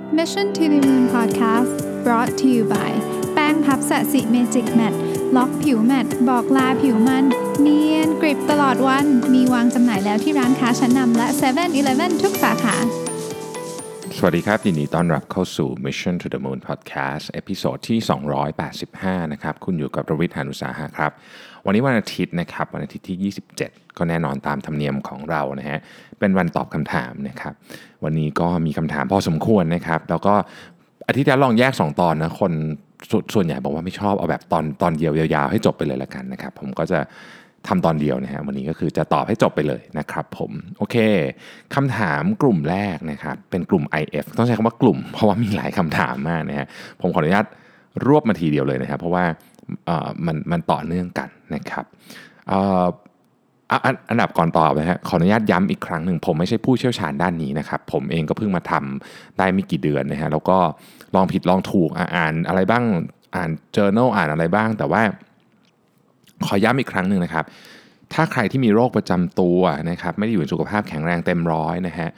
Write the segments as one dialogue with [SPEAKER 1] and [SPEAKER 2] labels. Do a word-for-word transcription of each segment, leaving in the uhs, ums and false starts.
[SPEAKER 1] Mission to the Moon Podcast brought to you by แป้งพับสะสิเมจิกแมตล็อกผิวแมตบอกลาผิวมันเนียนกริบตลอดวันมีวางจำหน่ายแล้วที่ร้านค้าชั้นนำและ เซเว่น อีเลฟเว่น ทุกสาขา
[SPEAKER 2] สวัสดีครับยินดีต้อนรับเข้าสู่ Mission to the Moon Podcast เอพิโซดที่สองร้อยแปดสิบห้านะครับคุณอยู่กับรวิทย์ หาญอุตสาหะครับวันนี้วันอาทิตย์นะครับวันอาทิตย์ที่ยี่สิบเจ็ดก็แน่นอนตามธรรมเนียมของเรานะฮะเป็นวันตอบคำถามนะครับวันนี้ก็มีคำถามพอสมควรนะครับแล้วก็อาทิตย์ที่แล้วลองแยกสองตอนนะคนสส่วนใหญ่บอกว่าไม่ชอบเอาแบบตอนตอนเดียวยาวๆให้จบไปเลยละกันนะครับผมก็จะทำตอนเดียวนะฮะวันนี้ก็คือจะตอบให้จบไปเลยนะครับผมโอเคคำถามกลุ่มแรกนะครับเป็นกลุ่ม ไอ เอฟ ต้องใช้คำว่ากลุ่มเพราะว่ามีหลายคำถามมากนะฮะผมขออนุญาตรวบมาทีเดียวเลยนะครับเพราะว่าเอ่อมันมันต่อเนื่องกันนะครับเอ่ออันดับก่อนตอบนะฮะขออนุญาตย้ำอีกครั้งหนึ่งผมไม่ใช่ผู้เชี่ยวชาญด้านนี้นะครับผมเองก็เพิ่งมาทำได้ไม่กี่เดือนนะฮะแล้วก็ลองผิดลองถูกอ่านอะไรบ้างอ่าน journal อ่านอะไรบ้างแต่ว่าขอย้ำอีกครั้งหนึ่งนะครับถ้าใครที่มีโรคประจำตัวนะครับไม่ได้อยู่ในสุขภาพแข็งแรงเต็มร้อยนะฮะ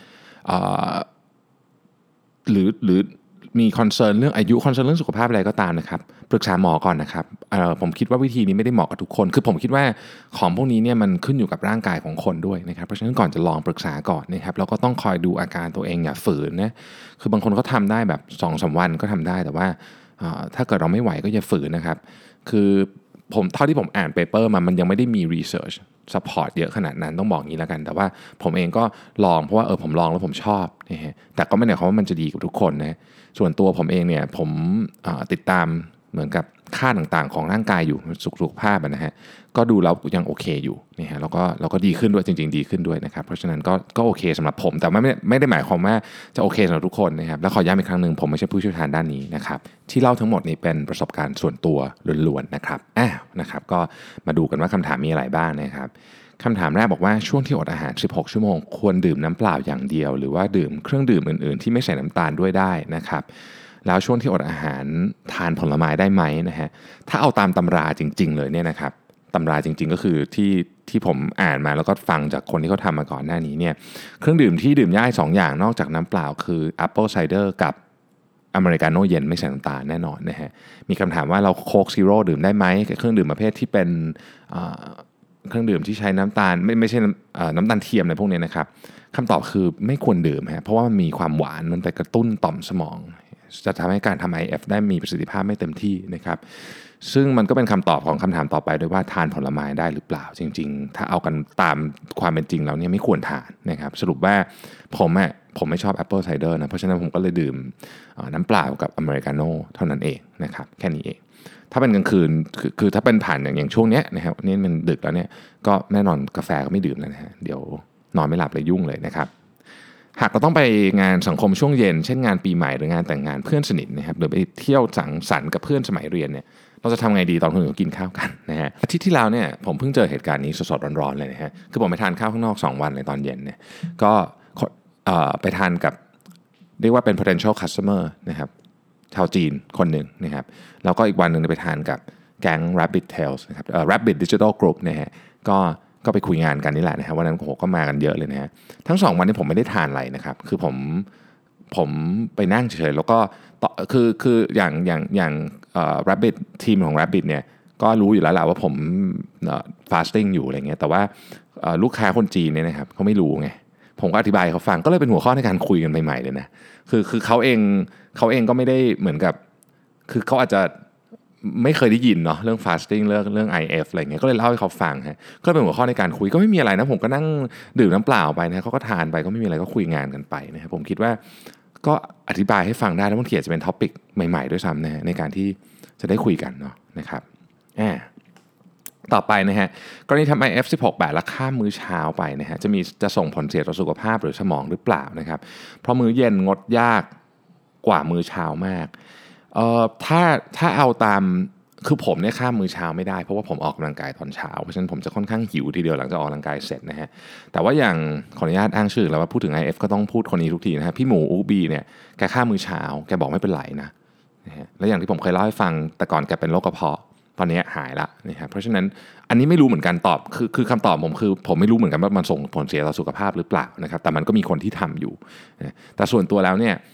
[SPEAKER 2] หรือหรือมีคอนเซิร์นเรื่องอายุคอนเซิร์นเรื่องสุขภาพอะไรก็ตามนะครับปรึกษาหมอก่อนนะครับผมคิดว่าวิธีนี้ไม่ได้เหมาะกับทุกคนคือผมคิดว่าของพวกนี้เนี่ยมันขึ้นอยู่กับร่างกายของคนด้วยนะครับเพราะฉะนั้นก่อนจะลองปรึกษาก่อนนะครับแล้วก็ต้องคอยดูอาการตัวเองอย่าฝืนนะคือบางคนเขาทำได้แบบ สองถึงสาม วันก็ทำได้แต่ว่าถ้าเกิดเราไม่ไหวก็อย่าฝืนนะครับคือผมเท่าที่ผมอ่านเปเปอร์มามันยังไม่ได้มี research support เยอะขนาดนั้นต้องบอกงี้แล้วกันแต่ว่าผมเองก็ลองเพราะว่าเออผมลองแล้วผมชอบนะฮะแต่ก็ไม่ได้หมายความว่ามันจะดีกับทุกคนนะส่วนตัวผมเองเนี่ยผมติดตามเหมือนกับค่าต่างๆของร่างกายอยู่สุขสุขภาพนะฮะก็ดูแล้วยังโอเคอยู่นี่ฮะแล้วก็เราก็ดีขึ้นด้วยจริงๆดีขึ้นด้วยนะครับเพราะฉะนั้นก็ก็โอเคสำหรับผมแต่ไม่ไม่ได้หมายความว่าจะโอเคสำหรับทุกคนนะครับแล้วขอย้ำอีกครั้งหนึ่งผมไม่ใช่ผู้เชี่ยวชาญด้านนี้นะครับที่เล่าทั้งหมดนี้เป็นประสบการณ์ส่วนตัวล้วนๆนะครับอ่ะนะครับก็มาดูกันว่าคำถามมีอะไรบ้างนะครับคำถามแรกบอกว่าช่วงที่อดอาหารสิบหกชั่วโมงควรดื่มน้ำเปล่าอย่างเดียวหรือว่าดื่มเครื่องดื่มอื่นๆที่ไม่ใส่น้ำตาลด้วยได้นะครับแล้วช่วงที่อดอาหารทานผลไม้ได้ไหมนะฮะถ้าเอาตามตำราจริงๆเลยเนี่ยนะครับตำราจริงๆก็คือที่ที่ผมอ่านมาแล้วก็ฟังจากคนที่เขาทำมาก่อนหน้านี้เนี่ยเครื่องดื่มที่ดื่มได้สองอย่างนอกจากน้ำเปล่าคือแอปเปิลไซเดอร์กับอเมริกาโน่เย็นไม่ใส่น้ำตาลแน่นอนนะฮะมีคำถามว่าเราโค้กซีโร่ดื่มได้ไหมเครื่องดื่มประเภทที่เป็นเครื่องดื่มที่ใช้น้ำตาลไม่ไม่ใช่น้ำตาลเทียมในพวกนี้นะครับคำตอบคือไม่ควรดื่มฮะเพราะว่ามันมีความหวานมันไปกระตุ้นต่อมสมองจะทำให้การทำ ไอ เอฟ ได้มีประสิทธิภาพไม่เต็มที่นะครับซึ่งมันก็เป็นคำตอบของคำถามต่อไปด้วยว่าทานผลไม้ได้หรือเปล่าจริงๆถ้าเอากันตามความเป็นจริงแล้วเนี่ยไม่ควรทานนะครับสรุปว่าผมอ่ะผมไม่ชอบแอปเปิลไซเดอร์นะเพราะฉะนั้นผมก็เลยดื่มน้ำเปล่ากับอเมริกาโน่เท่านั้นเองนะครับแค่นี้เองถ้าเป็นกลางคืนคือคือถ้าเป็นผ่านอย่างอย่างช่วงเนี้ยนะครับนี่มันดึกแล้วเนี่ยก็แน่นอนกาแฟก็ไม่ดื่มแล้วนะฮะเดี๋ยวนอนไม่หลับเลยยุ่งเลยนะครับหากเราต้องไปงานสังคมช่วงเย็นเช่นงานปีใหม่หรืองานแต่งงานเพื่อนสนิทนะครับหรือไปเที่ยวสังสรรค์กับเพื่อนสมัยเรียนเนี่ยเราจะทำไงดีตอนคนอื่นกินข้าวกันนะฮะอาทิตย์ที่แล้วเนี่ยผมเพิ่งเจอเหตุการณ์นี้สดๆร้อนๆเลยนะฮะคือผมไปทานข้าวข้างนอกสองวันในตอนเย็นเนี่ยก็ไปทานกับเรียกว่าเป็น potential customer นะครับชาวจีนคนหนึ่งนะครับแล้วก็อีกวันหนึ่งไปทานกับแก๊ง Rabbit Tales นะครับเอ่อ Rabbit Digital Group นะฮะก็ก็ไปคุยงานกันนี่แหละนะฮะวันนั้นโอ้โหก็มากันเยอะเลยนะฮะทั้งสองวันนี้ผมไม่ได้ทานอะไรนะครับคือผมผมไปนั่งเฉยๆแล้วก็คือคืออย่างอย่างอย่างเอ่อ Rabbit ทีมของ Rabbit เนี่ยก็รู้อยู่แล้วแหละว่าผมเอ่อ fasting อยู่อะไรเงี้ยแต่ว่าเอ่อลูกค้าคนจีนเนี่ยนะครับเขาไม่รู้ไงผมก็อธิบายเขาฟังก็เลยเป็นหัวข้อในการคุยกันใหม่ๆเลยนะคือคือเขาเองเขาเองก็ไม่ได้เหมือนกับคือเขาอาจจะไม่เคยได้ยินเนาะเรื่อง fasting เรื่องเรื่อง ไอ เอฟ อะไรเงี้ยก็เลยเล่าให้เขาฟังฮะก็เป็นหัวข้อในการคุยก็ไม่มีอะไรนะผมก็นั่งดื่มน้ำเปล่าไปนะเขาก็ทานไปก็ไม่มีอะไรก็คุยงานกันไปนะครับผมคิดว่าก็อธิบายให้ฟังได้แล้วบางทีอาจจะเป็นท็อปิกใหม่ๆด้วยซ้ำนะฮะในการที่จะได้คุยกันเนาะนะครับอ่าต่อไปนะฮะกรณีทำ ไอ เอฟ สิบหก แบบและข้ามมื้อเช้าไปนะฮะจะมีจะส่งผลเสียต่อสุขภาพหรือสมองหรือเปล่านะครับเพราะมื้อเย็นงดยากกว่ามื้อเช้ามากเอ่อถ้าถ้าเอาตามคือผมเนี่ยข้ามมื้อเช้าไม่ได้เพราะว่าผมออกกำลังกายตอนเช้าเพราะฉะนั้นผมจะค่อนข้างหิวทีเดียวหลังจากออกกำลังกายเสร็จนะฮะแต่ว่าอย่างขออนุญาตอ้างชื่อแล้วว่าพูดถึง ไอ เอฟ ก็ต้องพูดคนนี้ทุกทีนะฮะพี่หมูอูบีเนี่ยแกข้ามมื้อเช้าแกบอกไม่เป็นไรนะนะฮะแล้วอย่างที่ผมเคยเล่าให้ฟังแต่ก่อนแกเป็นโรคกระเพาะตอนนี้หายละนะครับเพราะฉะนั้นอันนี้ไม่รู้เหมือนกันตอบคือคือคำตอบผมคือผมไม่รู้เหมือนกันว่ามันส่งผลเสียต่อสุขภาพหรือเปล่านะครับแต่มันก็มีคนที่ทำอยู่นะแต่ส่วนตัวแล้วเนี่ย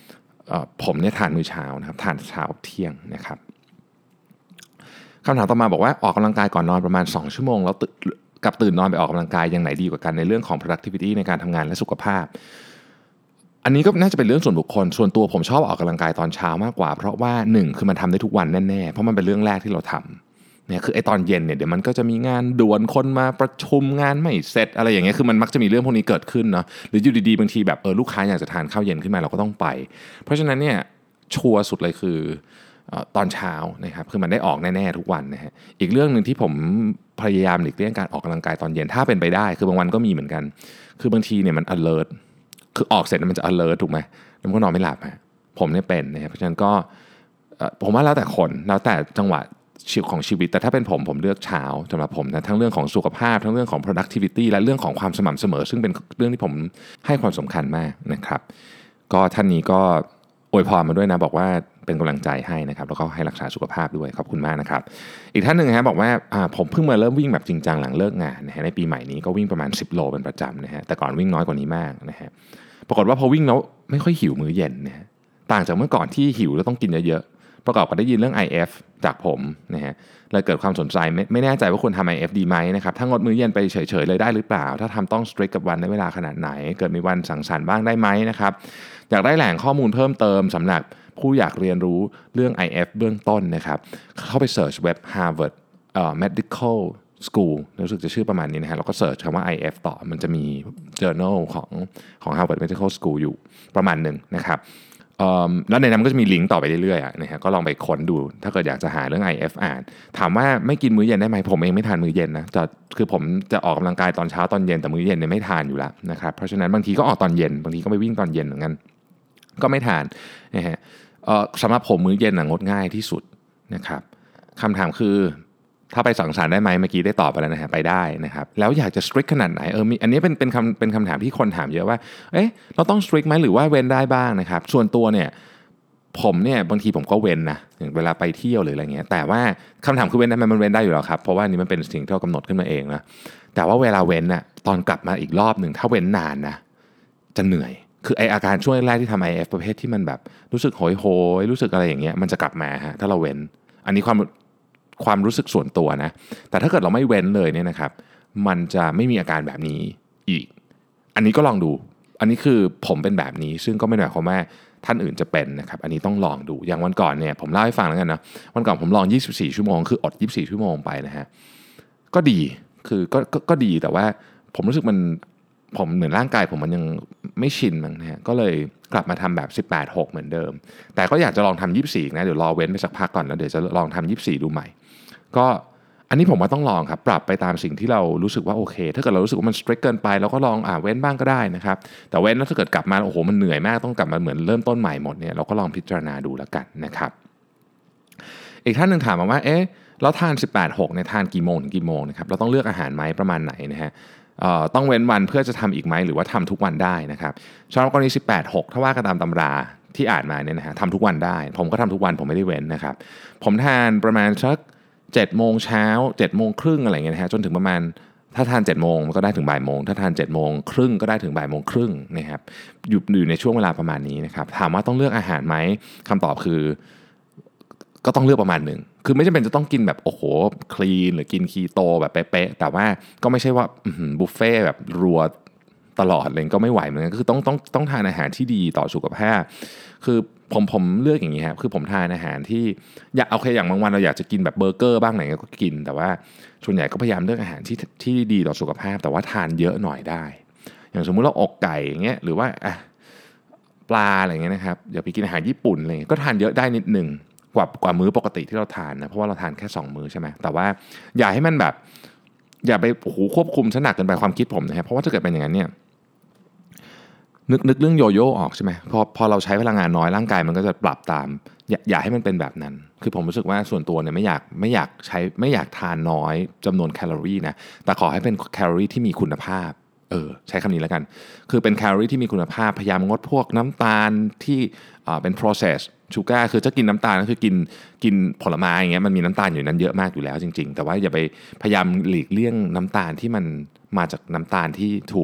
[SPEAKER 3] ผมเนี่ยทานมื้อเช้านะครับทานเช้าเที่ยงนะครับคำถามต่อมาบอกว่าออกกำลังกายก่อนนอนประมาณสองชั่วโมงแล้วกับตื่นนอนไปออกกำลังกายยังไหนดีกว่ากันในเรื่องของ productivity ในการทำงานและสุขภาพอันนี้ก็น่าจะเป็นเรื่องส่วนบุคคลส่วนตัวผมชอบออกกำลังกายตอนเช้ามากกว่าเพราะว่าหนึ่งคือมันทำได้ทุกวันแน่ๆเพราะมันเป็นเรื่องแรกที่เราทำเนี่ยคือไอ้ตอนเย็นเนี่ยเดี๋ยวมันก็จะมีงานด่วนคนมาประชุมงานไม่เสร็จอะไรอย่างเงี้ยคือมันมักจะมีเรื่องพวกนี้เกิดขึ้นเนาะหรืออยู่ดีๆบางทีแบบเออลูกค้าอยากจะทานข้าวเย็นขึ้นมาเราก็ต้องไปเพราะฉะนั้นเนี่ยชัวร์สุดเลยคือตอนเช้านะครับคือมันได้ออกแน่ๆทุกวันนะฮะอีกเรื่องนึงที่ผมพยายามหลีกเลี่ยงการออกกำลังกายตอนเย็นถ้าเป็นไปได้คือบางวันก็มีเหมือนกันคือบางทีเนี่ยมัน alert คือออกเสร็จมันจะ alert ถูกไหมแล้วมันก็นอนไม่หลับฮะผมเนี่ยเป็นนะครับเพราะฉะนั้นก็ผมว่าแล้วแต่คนแล้วแต่จังหวะชีวิตของชีวิตแต่ถ้าเป็นผมผมเลือกเช้าสำหรับผมนะทั้งเรื่องของสุขภาพทั้งเรื่องของ productivity และเรื่องของความสม่ำเสมอซึ่งเป็นเรื่องที่ผมให้ความสำคัญมากนะครับก็ท่านนี้ก็อวยพรมาด้วยนะบอกว่าเป็นกำลังใจให้นะครับแล้วก็ให้รักษาสุขภาพด้วยขอบคุณมากนะครับอีกท่านหนึ่งฮะบอกว่าผมเพิ่งมาเริ่มวิ่งแบบจริงจังหลังเลิกงานนะฮะในปีใหม่นี้ก็วิ่งประมาณสิบโลเป็นประจำนะฮะแต่ก่อนวิ่งน้อยกว่านี้มากนะฮะปรากฏว่าพอวิ่งแล้วไม่ค่อยหิวมื้อเย็นนะฮะต่างจากเมื่อก่อนที่หิวแล้วต้องกินเยอะๆประกอบกับได้ยินเรื่อง ไอ เอฟ จากผมนะฮะเลยเกิดความสนใจไม่ไม่แน่ใจว่าควรทำ ไอ เอฟ ดีไหมนะครับถ้างดมื้อเย็นไปเฉยๆเลยได้หรือเปล่าถ้าทำต้อง strict กับวันในเวลาขนาดไหนเกิดมีวันสังสรรค์บ้างได้ไหมนะครับอยากได้แหล่งข้อมูลเพิ่มเติมสำหรับผู้อยากเรียนรู้เรื่อง ไอ เอฟ เบื้องต้นนะครับเข้าไปเสิร์ชเว็บ Harvard เอ่อ Medical School รู้สึกจะชื่อประมาณนี้นะฮะแล้วก็เสิร์ชคำว่า ไอ เอฟ ต่อมันจะมี journal ของของ Harvard Medical School อยู่ประมาณหนึ่งนะครับแล้วในนั้นก็จะมีลิงก์ต่อไปเรื่อยๆนะฮะก็ลองไปค้นดูถ้าเกิดอยากจะหาเรื่อง ไอ เอฟ อ่านถามว่าไม่กินมื้อเย็นได้ไหมผมเองไม่ทานมื้อเย็นนะจะคือผมจะออกกำลังกายตอนเช้าตอนเย็นแต่มื้อเย็นเนี่ยไม่ทานอยู่แล้วนะครับเพราะฉะนั้นบางทีก็ออกตอนเย็นบางทีก็ไปวิ่งตอนเย็นเหมือนกันก็ไม่ทานนะฮะสำหรับผมมื้อเย็นงดง่ายที่สุดนะครับคำถามคือถ้าไปสังสรรค์ได้ไหมเมื่อกี้ได้ตอบไปแล้วนะฮะไปได้นะครับแล้วอยากจะ strict ขนาดไหนเออมีอันนี้เป็นเป็นคำเป็นคำถามที่คนถามเยอะว่าเอ๊ะเราต้อง strict ไหมหรือว่าเว้นได้บ้างนะครับส่วนตัวเนี่ยผมเนี่ยบางทีผมก็เว้นนะอย่างเวลาไปเที่ยวหรืออะไรเงี้ยแต่ว่าคำถามคือเว้นได้ไหมมันเว้นได้อยู่แล้วครับเพราะว่านี่มันเป็นสิ่งที่เรากำหนดขึ้นมาเองนะแต่ว่าเวลาเว้นน่ะตอนกลับมาอีกรอบหนึ่งถ้าเว้นนานนะจะเหนื่อยคือไออาการช่วงแรกที่ทำ ไอ เอฟ ประเภทที่มันแบบรู้สึกโหยโหยรู้สึกอะไรอย่างเงี้ยมันจะกลับมาฮะถ้าเราเว้นอันนี้ความความรู้สึกส่วนตัวนะแต่ถ้าเกิดเราไม่เว้นเลยเนี่ยนะครับมันจะไม่มีอาการแบบนี้อีกอันนี้ก็ลองดูอันนี้คือผมเป็นแบบนี้ซึ่งก็ไม่ได้หมายความว่าท่านอื่นจะเป็นนะครับอันนี้ต้องลองดูอย่างวันก่อนเนี่ยผมเล่าให้ฟังแล้วกันนะวันก่อนผมลองยี่สิบสี่ชั่วโมงคืออดยี่สิบสี่ชั่วโมงไปนะฮะก็ดีคือก็ก็ก็ดีแต่ว่าผมรู้สึกมันผมเหมือนร่างกายผมมันยังไม่ชินมั้งนะฮะก็เลยกลับมาทำแบบสิบแปด หกเหมือนเดิมแต่ก็อยากจะลองทำยี่สิบสี่นะเดี๋ยวรอเว้นไปสักพักก่อนแล้วเดี๋ยวจะลองทำยี่สิบสี่ดูใหม่ก็อันนี้ผมว่าต้องลองครับปรับไปตามสิ่งที่เรารู้สึกว่าโอเคถ้าเกิดเรารู้สึกว่ามัน strict เกินไปเราก็ลองอ่าเว้นบ้างก็ได้นะครับแต่เว้นแล้วถ้าเกิดกลับมาโอ้โหมันเหนื่อยมากต้องกลับมาเหมือนเริ่มต้นใหม่หมดเนี่ยเราก็ลองพิจารณาดูแล้วกันนะครับอีกท่านหนึ่งถามมาว่าเอ๊ะเราทานสิบแปด หกเนี่ยทานกี่โมงถึงกี่โมงนะครับเราต้องเลือกอาหารไหมประมาณไหนนะฮะต้องเว้นวันเพื่อจะทำอีกไหมหรือว่าทำทุกวันได้นะครับสำหรับกรณีสิบแปด หกถ้าว่ากันตามตำราที่อ่านมาเนี่ยนะฮะทำทุกวันได้ผมก็ทำทุกวันผมไม่ได้เว้นนะครับผมทานประมาณสักเจ็ดโมงเช้าเจ็ดโมงครึ่งอะไรเงี้ยนะฮะจนถึงประมาณถ้าทานเจ็ดโมงก็ได้ถึงบ่ายโมงถ้าทานเจ็ดโมงครึ่งก็ได้ถึงบ่ายโมงครึ่งนะครับอยู่อยู่ในช่วงเวลาประมาณนี้นะครับถามว่าต้องเลือกอาหารไหมคำตอบคือก็ต้องเลือกประมาณหนึ่งคือไม่จำเป็นจะต้องกินแบบโอ้โหคลีนหรือกินคีโตแบบเป๊ะๆแต่ว่าก็ไม่ใช่ว่าบุฟเฟ่แบบรัวตลอดเลยก็ไม่ไหวเหมือนกันคือต้องต้องต้องทานอาหารที่ดีต่อสุขภาพคือผมผมเลือกอย่างนี้ครับคือผมทานอาหารที่อยากเอาแค่อย่างบางวันเราอยากจะกินแบบเบอร์เกอร์บ้างไหนก็กินแต่ว่าส่วนใหญ่ก็พยายามเลือกอาหารที่ที่ดีต่อสุขภาพแต่ว่าทานเยอะหน่อยได้อย่างสมมุติเราอกไก่อย่างเงี้ยหรือว่าอ่ะปลาอะไรเงี้ยนะครับอย่าไปกินอาหารญี่ปุ่นอะไรก็ทานเยอะได้นิดนึงกว่ากว่ามื้อปกติที่เราทานนะเพราะว่าเราทานแค่สองมื้อใช่ไหมแต่ว่าอย่าให้มันแบบอย่าไปโอ้โหควบคุมซะหนักเกินไปความคิดผมนะครับเพราะว่าถ้าเกิดเป็นอย่างนั้นเนี่ยนึกนึกเรื่องโยโย่ออกใช่ไหมพอพอเราใช้พลังงานน้อยร่างกายมันก็จะปรับตามอย่าอย่าให้มันเป็นแบบนั้นคือผมรู้สึกว่าส่วนตัวเนี่ยไม่อยากไม่อยากใช้ไม่อยากทานน้อยจำนวนแคลอรี่นะแต่ขอให้เป็นแคลอรี่ที่มีคุณภาพเออใช้คำนี้แล้วกันคือเป็นแคลอรี่ที่มีคุณภาพพยายามงดพวกน้ำตาลที่อ่าเป็น process sugar คือจะกินน้ำตาลก็คือกินกินผลไม้อย่างเงี้ยมันมีน้ำตาลอยู่นั้นเยอะมากอยู่แล้วจริงๆแต่ว่าอย่าไปพยายามหลีกเลี่ยงน้ำตาลที่มันมาจากน้ำตาลที่ถูก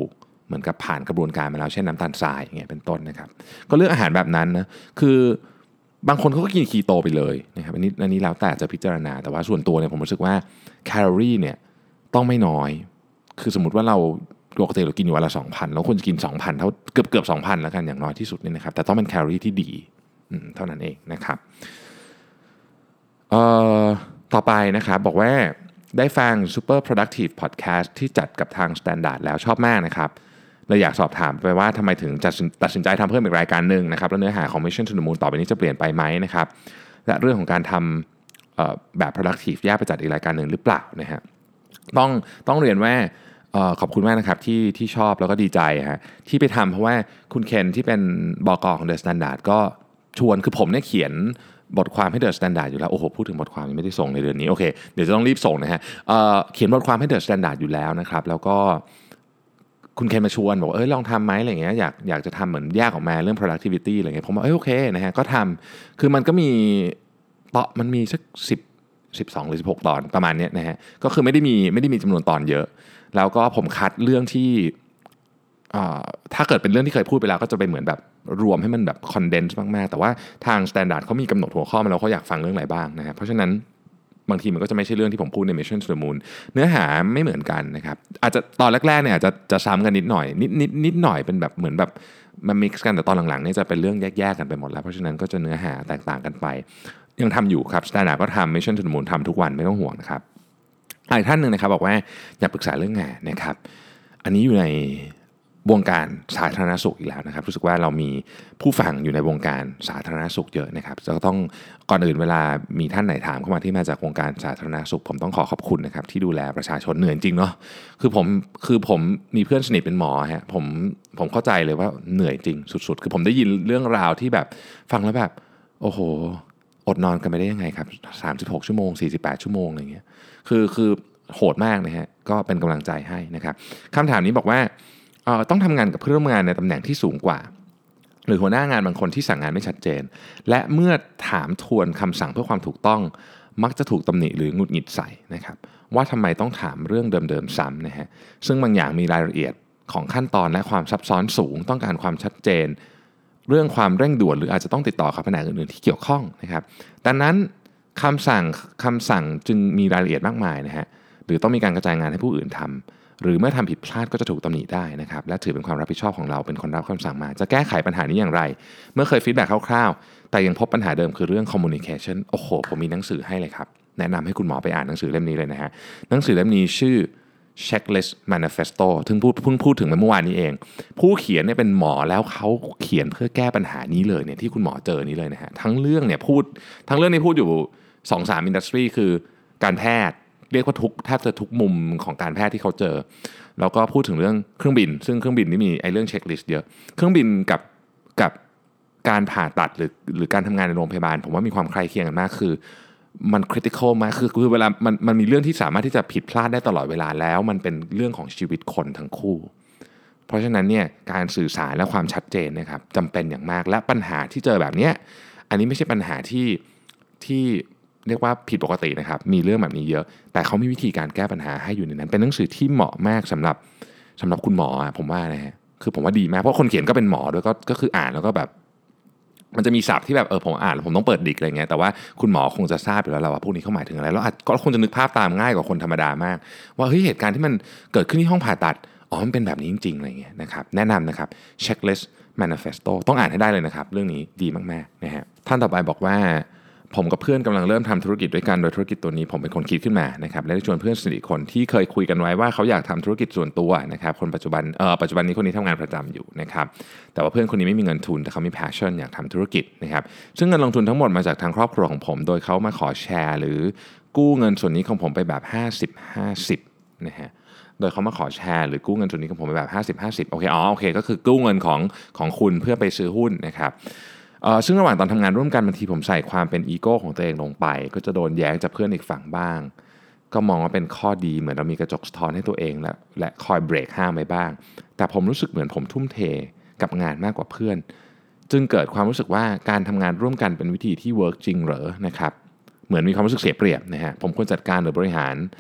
[SPEAKER 3] เหมือนกับผ่านกระบวนการมาแล้วเช่นน้ำตาลทรายอย่างเงี้ยเป็นต้นนะครับก็เลือกอาหารแบบนั้นนะคือบางคนเขาก็กินคีโตไปเลยนะครับอันนี้อันนี้แล้วแต่จะพิจารณาแต่ว่าส่วนตัวเนี่ยผมรู้สึกว่าแคลอรี่เนี่ยต้องไม่น้อยคือสมมติว่าเราปกติเรากินอยู่วันละ สองพัน แล้วควรจะกิน สองพัน เท่าเกือบเกือบ สองพัน แล้วกันอย่างน้อยที่สุดนี่นะครับแต่ต้องเป็นแคลอรี่ที่ดีเท่านั้นเองนะครับเอ่อต่อไปนะครับบอกว่าได้ฟัง Super Productive Podcast ที่จัดกับทาง Standard แล้วชอบมากนะครับเลยอยากสอบถามไปว่าทำไมถึงจะตัดสินใจทำเพิ่มอีกรายการหนึ่งนะครับแล้วเนื้อหาของ Mission to the Moon ต่อไปนี้จะเปลี่ยนไปไหมนะครับและเรื่องของการทำแบบ productive แยกไปจัดอีกรายการหนึ่งหรือเปล่านะฮะต้องต้องเรียนว่าขอบคุณมากนะครับที่ที่ชอบแล้วก็ดีใจฮะที่ไปทำเพราะว่าคุณเคนที่เป็นบก.ของ The Standard ก็ชวนคือผมเนี่ยเขียนบทความให้ The Standard อยู่แล้วโอ้โหพูดถึงบทความยังไม่ได้ส่งในเดือนนี้โอเคเดี๋ยวจะต้องรีบส่งนะฮะ เ, เขียนบทความให้ The Standard อยู่แล้วนะครับแล้วก็คุณเคนมาชวนบอกเอ้ยลองทำไหมอะไรเงี้ยอยากอยากจะทำเหมือนแยกออกมาเรื่อง productivity อะไรเงี้ยผมว่าเอ้ยโอเคนะฮะก็ทำคือมันก็มีเปาะมันมีสักสิบ สิบสองหรือสิบหกตอนประมาณนี้นะฮะก็คือไม่ได้มีไม่ได้มีจำนวนตอนเยอะแล้วก็ผมคัดเรื่องที่ถ้าเกิดเป็นเรื่องที่เคยพูดไปแล้วก็จะเป็นเหมือนแบบรวมให้มันแบบคอนเดนซ์มากๆแต่ว่าทาง Standard เขามีกำหนดหัวข้อมาแล้วเขาอยากฟังเรื่องอะไรบ้างนะฮะเพราะฉะนั้นบางทีมันก็จะไม่ใช่เรื่องที่ผมพูดใน Mission to the Moon เนื้อหาไม่เหมือนกันนะครับอาจจะตอนแรกๆเนี่ยอาจจะจะซ้ำกันนิดหน่อยนิดนิดนิดหน่อยเป็นแบบเหมือนแบบมันมิกซ์กันแต่ตอนหลังๆเนี่ยจะเป็นเรื่องแยกๆกันไปหมดแล้วเพราะฉะนั้นก็จะเนื้อหาแตกต่างกันไปยังทำอยู่ครับ Standard ก็ทำ Mission to the Moon ทำทุกวันไม่ต้องห่วงนะครับอีกท่านหนึ่งนะครับบอกว่าอยากปรึกษาเรื่องงานนะครับอันนี้อยู่ในวงการสาธารณสุขอีกแล้วนะครับรู้สึกว่าเรามีผู้ฟังอยู่ในวงการสาธารณสุขเยอะนะครับจะต้องก่อนอื่นเวลามีท่านไหนถามเข้ามาที่มาจากวงการสาธารณสุขผมต้องขอขอบคุณนะครับที่ดูแลประชาชนเหนื่อยจริงเนาะคือผมคือผมมีเพื่อนสนิทเป็นหมอฮะผมผมเข้าใจเลยว่าเหนื่อยจริงสุดๆคือผมได้ยินเรื่องราวที่แบบฟังแล้วแบบโอ้โหอดนอนกันไปได้ยังไงครับสามสิบหกชั่วโมงสี่สิบแปดชั่วโมงอะไรเงี้ยคือคือโหดมากนะฮะก็เป็นกำลังใจให้นะครับคำถามนี้บอกว่าต้องทำงานกับเพื่อนร่วมงานในตำแหน่งที่สูงกว่าหรือหัวหน้างานบางคนที่สั่งงานไม่ชัดเจนและเมื่อถามทวนคำสั่งเพื่อความถูกต้องมักจะถูกตำหนิหรือหงุดหงิดใส่นะครับว่าทำไมต้องถามเรื่องเดิมๆซ้ำนะฮะซึ่งบางอย่างมีรายละเอียดของขั้นตอนและความซับซ้อนสูงต้องการความชัดเจนเรื่องความเร่งด่วนหรืออาจจะต้องติดต่อกับแผนกอื่นๆที่เกี่ยวข้องนะครับดังนั้นคำสั่งคำสั่งจึงมีรายละเอียดมากมายนะฮะหรือต้องมีการกระจายงานให้ผู้อื่นทำหรือเมื่อทำผิดพลาดก็จะถูกตำหนิได้นะครับและถือเป็นความรับผิดชอบของเราเป็นคนรับคำสั่งมาจะแก้ไขปัญหานี้อย่างไรเมื่อเคยฟีดแบ็กคร่าวๆแต่ยังพบปัญหาเดิมคือเรื่อง communication โอ้โหผมมีหนังสือให้เลยครับแนะนำให้คุณหมอไปอ่านหนังสือเล่มนี้เลยนะฮะหนังสือเล่มนี้ชื่อ checklist manifesto ถึงพูดเพิ่งพูดถึงเมื่อวานนี้เองผู้เขียนเนี่ยเป็นหมอแล้วเขาเขียนเพื่อแก้ปัญหานี้เลยเนี่ยที่คุณหมอเจอนี้เลยนะฮะทั้งเรื่องเนี่ยพูดทั้งเรื่องนี้พูดอยู่ สองสาม อินดัสทรีคือการแพทย์เรียกว่าทุกแทบจะทุกมุมของการแพทย์ที่เขาเจอแล้วก็พูดถึงเรื่องเครื่องบินซึ่งเครื่องบินนี่มีไอ้เรื่องเช็คลิสต์เยอะเครื่องบินกับกับการผ่าตัดหรือหรือการทำงานในโรงพยาบาลผมว่ามีความใกล้เคียงกันมากคือมันคริติคอลมากคือคือเวลามันมันมีเรื่องที่สามารถที่จะผิดพลาดได้ตลอดเวลาแล้วมันเป็นเรื่องของชีวิตคนทั้งคู่เพราะฉะนั้นเนี่ยการสื่อสารและความชัดเจนนะครับจำเป็นอย่างมากและปัญหาที่เจอแบบนี้อันนี้ไม่ใช่ปัญหาที่ที่เรียกว่าผิดปกตินะครับมีเรื่องแบบนี้เยอะแต่เขามีวิธีการแก้ปัญหาให้อยู่ในนั้นเป็นหนังสือที่เหมาะมากสำหรับสำหรับคุณหมอผมว่านะฮะคือผมว่าดีมากเพราะคนเขียนก็เป็นหมอด้วยก็ก็คืออ่านแล้วก็แบบมันจะมีศัพท์ที่แบบเออผมอ่านแล้วผมต้องเปิดดิกอะไรเงี้ยแต่ว่าคุณหมอคงจะทราบอยู่แล้วว่าพวกนี้เขาหมายถึงอะไรแล้วอาจก็คงจะนึกภาพตามง่ายกว่าคนธรรมดามากว่าเฮ้ยเหตุการณ์ที่มันเกิดขึ้นที่ห้องผ่าตัดอ๋อมันเป็นแบบนี้จริงๆอะไรเงี้ยนะครับแนะนำนะครับ checklist manifesto ต้องอ่านให้ได้เลยนะครับเรื่องนี้ดีมากๆนะฮะท่านต่อไปบอกว่าผมกับเพื่อนกำลังเริ่มทำธุรกิจด้วยกันโดยธุรกิจตัวนี้ผมเป็นคนคิดขึ้นมานะครับและได้ชวนเพื่อนสนิทคนที่เคยคุยกันไว้ว่าเขาอยากทำธุรกิจส่วนตัวนะครับคนปัจจุบันเอ่อปัจจุบันนี้คนนี้ทำงานประจำอยู่นะครับแต่ว่าเพื่อนคนนี้ไม่มีเงินทุนแต่เขามี passion อยากทำธุรกิจนะครับซึ่งเงินลงทุนทั้งหมดมาจากทางครอบครัวของผมโดยเขามาขอแชร์หรือกู้เงินส่วนนี้ของผมไปแบบห้าสิบ ห้าสิบนะฮะโดยเขามาขอแชร์หรือกู้เงินส่วนนี้ของผมไปแบบห้าสิบ ห้าสิบโอเคอ๋อโอเคก็คือกู้เงินของของคุณเพื่อไปซื้อหุ้นนะครับซึ่งระหว่างตอนทำงานร่วมกันบางทีผมใส่ความเป็นอีโก้ของตัวเองลงไปก็จะโดนแย้งจากเพื่อนอีกฝั่งบ้างก็มองว่าเป็นข้อดีเหมือนเรามีกระจกสะท้อนให้ตัวเองและและคอยเบรกห้ามไว้บ้างแต่ผมรู้สึกเหมือนผมทุ่มเทกับงานมากกว่าเพื่อนจึงเกิดความรู้สึกว่าการทำงานร่วมกันเป็นวิธีที่เวิร์กจริงเหรอนะครับเหมือนมีความรู้สึกเสียเปรียบนะฮะผมควรจัดการหรือบริหาร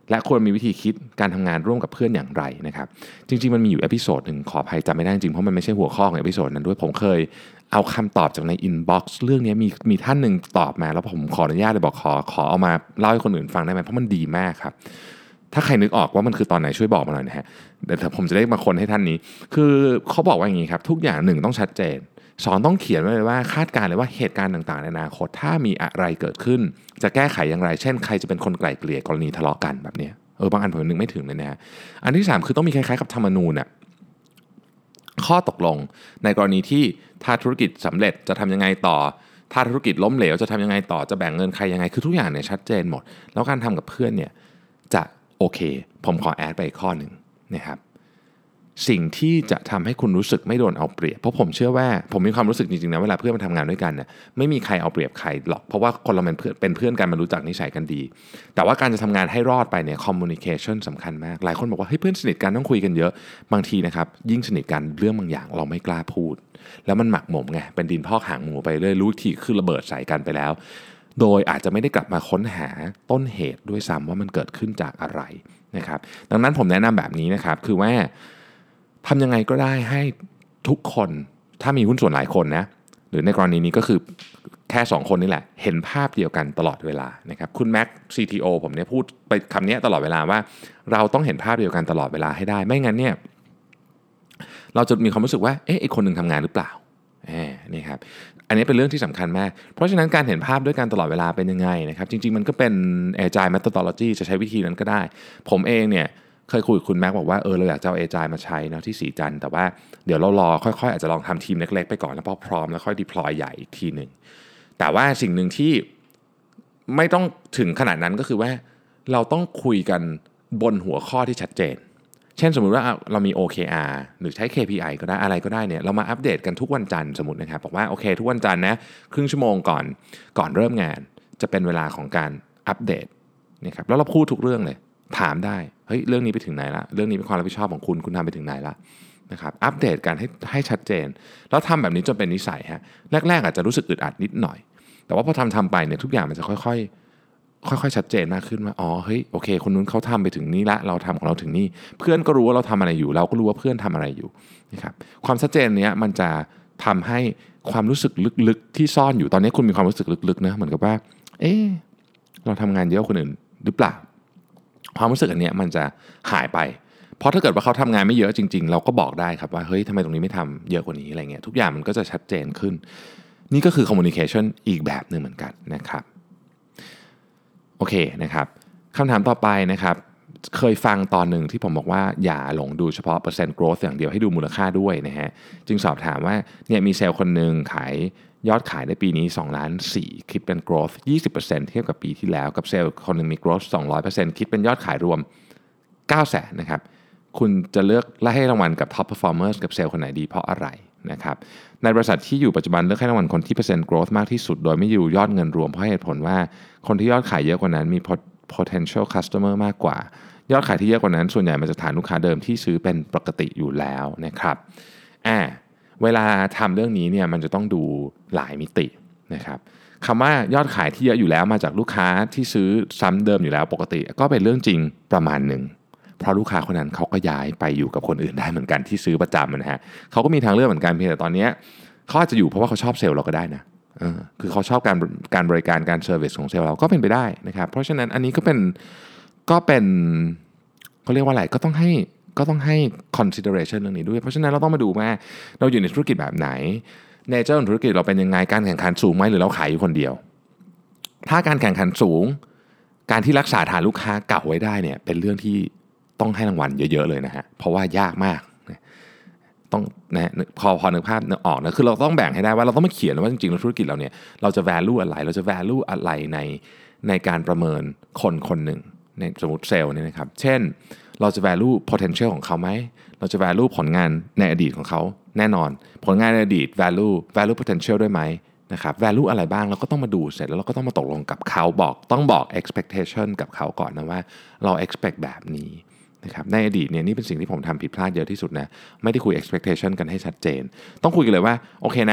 [SPEAKER 3] และควรมีวิธีคิดการทำงานร่วมกับเพื่อนอย่างไรนะครับจริงๆมันมีอยู่เอพิโซดหนึ่งขออภัยจำไม่ได้จริงเพราะมันไม่ใช่หัวข้อของเอพิโซดนั้นด้วยผมเคยเอาคำตอบจากในอินบ็อกซ์เรื่องนี้มีมีท่านหนึ่งตอบมาแล้วผมขออนุญาตเลยบอกขอขอเอามาเล่าให้คนอื่นฟังได้ไหมเพราะมันดีมากครับถ้าใครนึกออกว่ามันคือตอนไหนช่วยบอกมาหน่อยนะฮะเดี๋ยวผมจะได้มาคนให้ท่านนี้คือเขาบอกว่าอย่างนี้ครับทุกอย่างหนึ่งต้องชัดเจนสองต้องเขียนไว้เลยว่าคาดการณ์เลยว่าเหตุการณ์ต่างๆในอนาคตถ้ามีอะไรเกิดขึ้นจะแก้ไขอย่างไรเช่นใครจะเป็นคนไกล่เกลี่ยกรณีทะเลาะกันแบบนี้เออบางอันผมนึกไม่ถึงเลยนะฮะอันที่สามคือต้องมีคล้ายๆกับธรรมนูญน่ะข้อตกลงในกรณีที่ถ้าธุรกิจสำเร็จจะทำยังไงต่อถ้าธุรกิจล้มเหลวจะทำยังไงต่อจะแบ่งเงินใครยังไงคือทุกอย่างเนี่ยชัดเจนหมดแล้วการทำกับเพื่อนเนี่ยจะโอเคผมขอแอดไปอีกข้อหนึ่งนะครับสิ่งที่จะทำให้คุณรู้สึกไม่โดนเอาเปรียบเพราะผมเชื่อว่าผมมีความรู้สึกจริงๆนะเวลาเพื่อนมาทำงานด้วยกันเนี่ยไม่มีใครเอาเปรียบใครหรอกเพราะว่าคนเราเป็นเพื่อนเป็นเพื่อนกันมันรู้จักนิสัยกันดีแต่ว่าการจะทำงานให้รอดไปเนี่ยคอมมูนิเคชันสำคัญมากหลายคนบอกว่าเฮ้ยเพื่อนสนิทกันต้องคุยกันเยอะบางทีนะครับยิ่งสนิทกันเรื่องบางอย่างเราไม่กล้าพูดแล้วมันหมักหมมไงเป็นดินพอกหางหมูไปเรื่อยรู้ทีคือระเบิดใส่กันไปแล้วโดยอาจจะไม่ได้กลับมาค้นหาต้นเหตุด้วยซ้ำว่ามันเกิดขึ้นจากอะไรนะครับดังนั้นผมแนะนำแบบนี้นะครับคือว่าทำยังไงก็ได้ให้ทุกคนถ้ามีหุ้นส่วนหลายคนนะหรือในกรณีนี้ก็คือแค่สองคนนี่แหละเห็นภาพเดียวกันตลอดเวลานะครับคุณแม็ก ซี ที โอ ผมเนี่ยพูดไปคำนี้ตลอดเวลาว่าเราต้องเห็นภาพเดียวกันตลอดเวลาให้ได้ไม่งั้นเนี่ยเราจะมีความรู้สึกว่าเอ๊ะไอ้คนหนึ่งทำงานหรือเปล่านี่ครับอันนี้เป็นเรื่องที่สำคัญมากเพราะฉะนั้นการเห็นภาพด้วยกันตลอดเวลาเป็นยังไงนะครับจริงๆมันก็เป็น Agile Methodology จะใช้วิธีนั้นก็ได้ผมเองเนี่ยเคยคุยกับคุณแม็กบอกว่าเออเราอยากจะเอา Agile มาใช้เนาะที่สีจันทร์แต่ว่าเดี๋ยวเรารอค่อยๆอาจจะลองทำทีมเล็กๆไปก่อนแล้วพอพร้อมแล้วค่อย deploy ใหญ่อีกทีหนึ่งแต่ว่าสิ่งหนึ่งที่ไม่ต้องถึงขนาดนั้นก็คือว่าเราต้องคุยกันบนหัวข้อที่ชัดเจนเช่นสมมุติว่าเรามี โอ เค อาร์ หรือใช้ เค พี ไอ ก็ได้อะไรก็ได้เนี่ยเรามาอัปเดตกันทุกวันจันทร์สมมุตินะครับบอกว่าโอเคทุกวันจันทร์นะครึ่งชั่วโมงก่อนก่อนเริ่มงานจะเป็นเวลาของการอัปเดตนะครับแล้วเราพูดทุกเรื่องเลยถามได้เฮ้ยเรื่องนี้ไปถึงไหนละเรื่องนี้เป็นความรับผิดชอบของคุณคุณทำไปถึงไหนละนะครับอัปเดตกันให้ให้ชัดเจนแล้วทำแบบนี้จนเป็นนิสัยฮะแรกๆอาจจะรู้สึกอึดอัดนิดหน่อยแต่ว่าพอทำทำไปเนี่ยทุกอย่างมันจะค่อยๆค่อยๆชัดเจนมากขึ้นว่าอ๋อเฮ้ยโอเคคนนู้นเขาทำไปถึงนี้ละเราทำของเราถึงนี่เพื่อนก็รู้ว่าเราทำอะไรอยู่เราก็รู้ว่าเพื่อนทำอะไรอยู่นะครับความชัดเจนเนี้ยมันจะทำให้ความรู้สึกลึกๆที่ซ่อนอยู่ตอนนี้คุณมีความรู้สึกลึกๆนะเหมือนกับว่าเอ๊ะเราทำงานเยอะกว่าคนอื่นหรือเปล่าความรู้สึกอันเนี้ยมันจะหายไปเพราะถ้าเกิดว่าเขาทำงานไม่เยอะจริงๆเราก็บอกได้ครับว่าเฮ้ยทำไมตรงนี้ไม่ทำเยอะกว่านี้อะไรเงี้ยทุกอย่างมันก็จะชัดเจนขึ้นนี่ก็คือ communication อีกแบบหนึ่งเหมือนกันนะครับโอเคนะครับคำถามต่อไปนะครับเคยฟังตอนหนึ่งที่ผมบอกว่าอย่าหลงดูเฉพาะเปอร์เซ็นต์ growth อย่างเดียวให้ดูมูลค่าด้วยนะฮะจึงสอบถามว่าเนี่ยมีเซลล์คนหนึ่งขายยอดขายในปีนี้สองล้านสี่คิดเป็น growth ยี่สิบเปอร์เซ็นต์ เทียบกับปีที่แล้วกับเซลล์คนหนึ่งมี growth สองร้อยเปอร์เซ็นต์ คิดเป็นยอดขายรวมเก้าแสนนะครับคุณจะเลือกและให้รางวัลกับ top performers กับเซลล์คนไหนดีเพราะอะไรนะครับในบริษัทที่อยู่ปัจจุบันเลือกให้รางวัลคนที่เปอร์เซ็นต์ growth มากที่สุดโดยไม่อยู่ยอดเงินรวมเพราะเหตุผลว่าคนที่ยอดขายเยอะกว่านั้นมี potential customer มากกว่ายอดขายที่เยอะกว่านั้นส่วนใหญ่มาจากฐานลูกค้าเดิมที่ซื้อเป็นปกติอยู่แล้วนะครับอ่าเวลาทำเรื่องนี้เนี่ยมันจะต้องดูหลายมิตินะครับคำว่ายอดขายที่เยอะอยู่แล้วมาจากลูกค้าที่ซื้อซ้ำเดิมอยู่แล้วปกติก็เป็นเรื่องจริงประมาณหนึ่งเพราะลูกค้าคนนั้นเขาก็ย้ายไปอยู่กับคนอื่นได้เหมือนกันที่ซื้อประจำนะฮะเขาก็มีทางเลือกเหมือนกันเพียงแต่ตอนนี้เขาอาจจะอยู่เพราะว่าเขาชอบเซลล์เราก็ได้นะเออคือเขาชอบการการบริการการเซอร์วิสของเซลล์เราก็เป็นไปได้นะครับเพราะฉะนั้นอันนี้ก็เป็นก็เป็นเขาเรียกว่าอะไรก็ต้องให้ก็ต้องให้ consideration เรื่องนี้ด้วยเพราะฉะนั้นเราต้องมาดูว่าเราอยู่ในธุรกิจแบบไหนเนเจอร์ของธุรกิจเราเป็นยังไงการแข่งขันสูงไหมหรือเราขายอยู่คนเดียวถ้าการแข่งขันสูงการที่รักษาฐานลูกค้าเก่าไว้ได้เนี่ยเป็นเรื่องที่ต้องให้รางวัลเยอะๆเลยนะฮะเพราะว่ายากมากต้องนะพอพอนึกภาพออกนะคือเราต้องแบ่งให้ได้ว่าเราต้องมาเขียนว่าจริงๆแล้วธุรกิจเราเนี่ยเราจะ value อะไรเราจะ value อะไรในในการประเมินคนคนหนึ่งในสมมติเซลล์เนี่ยนะครับเช่นเราจะ value potential ของเขาไหมเราจะ value ผลงานในอดีตของเขาแน่นอนผลงานในอดีต value value potential ด้วยไหมนะครับ value อะไรบ้างเราก็ต้องมาดูเสร็จแล้วเราก็ต้องมาตกลงกับเขาบอกต้องบอก expectation กับเขาก่อนนะว่าเรา expect แบบนี้นะครับในอดีตเนี่ยนี่เป็นสิ่งที่ผมทำผิดพลาดเยอะที่สุดนะไม่ได้คุย expectation กันให้ชัดเจนต้องคุยกันเลยว่าโอเคนะ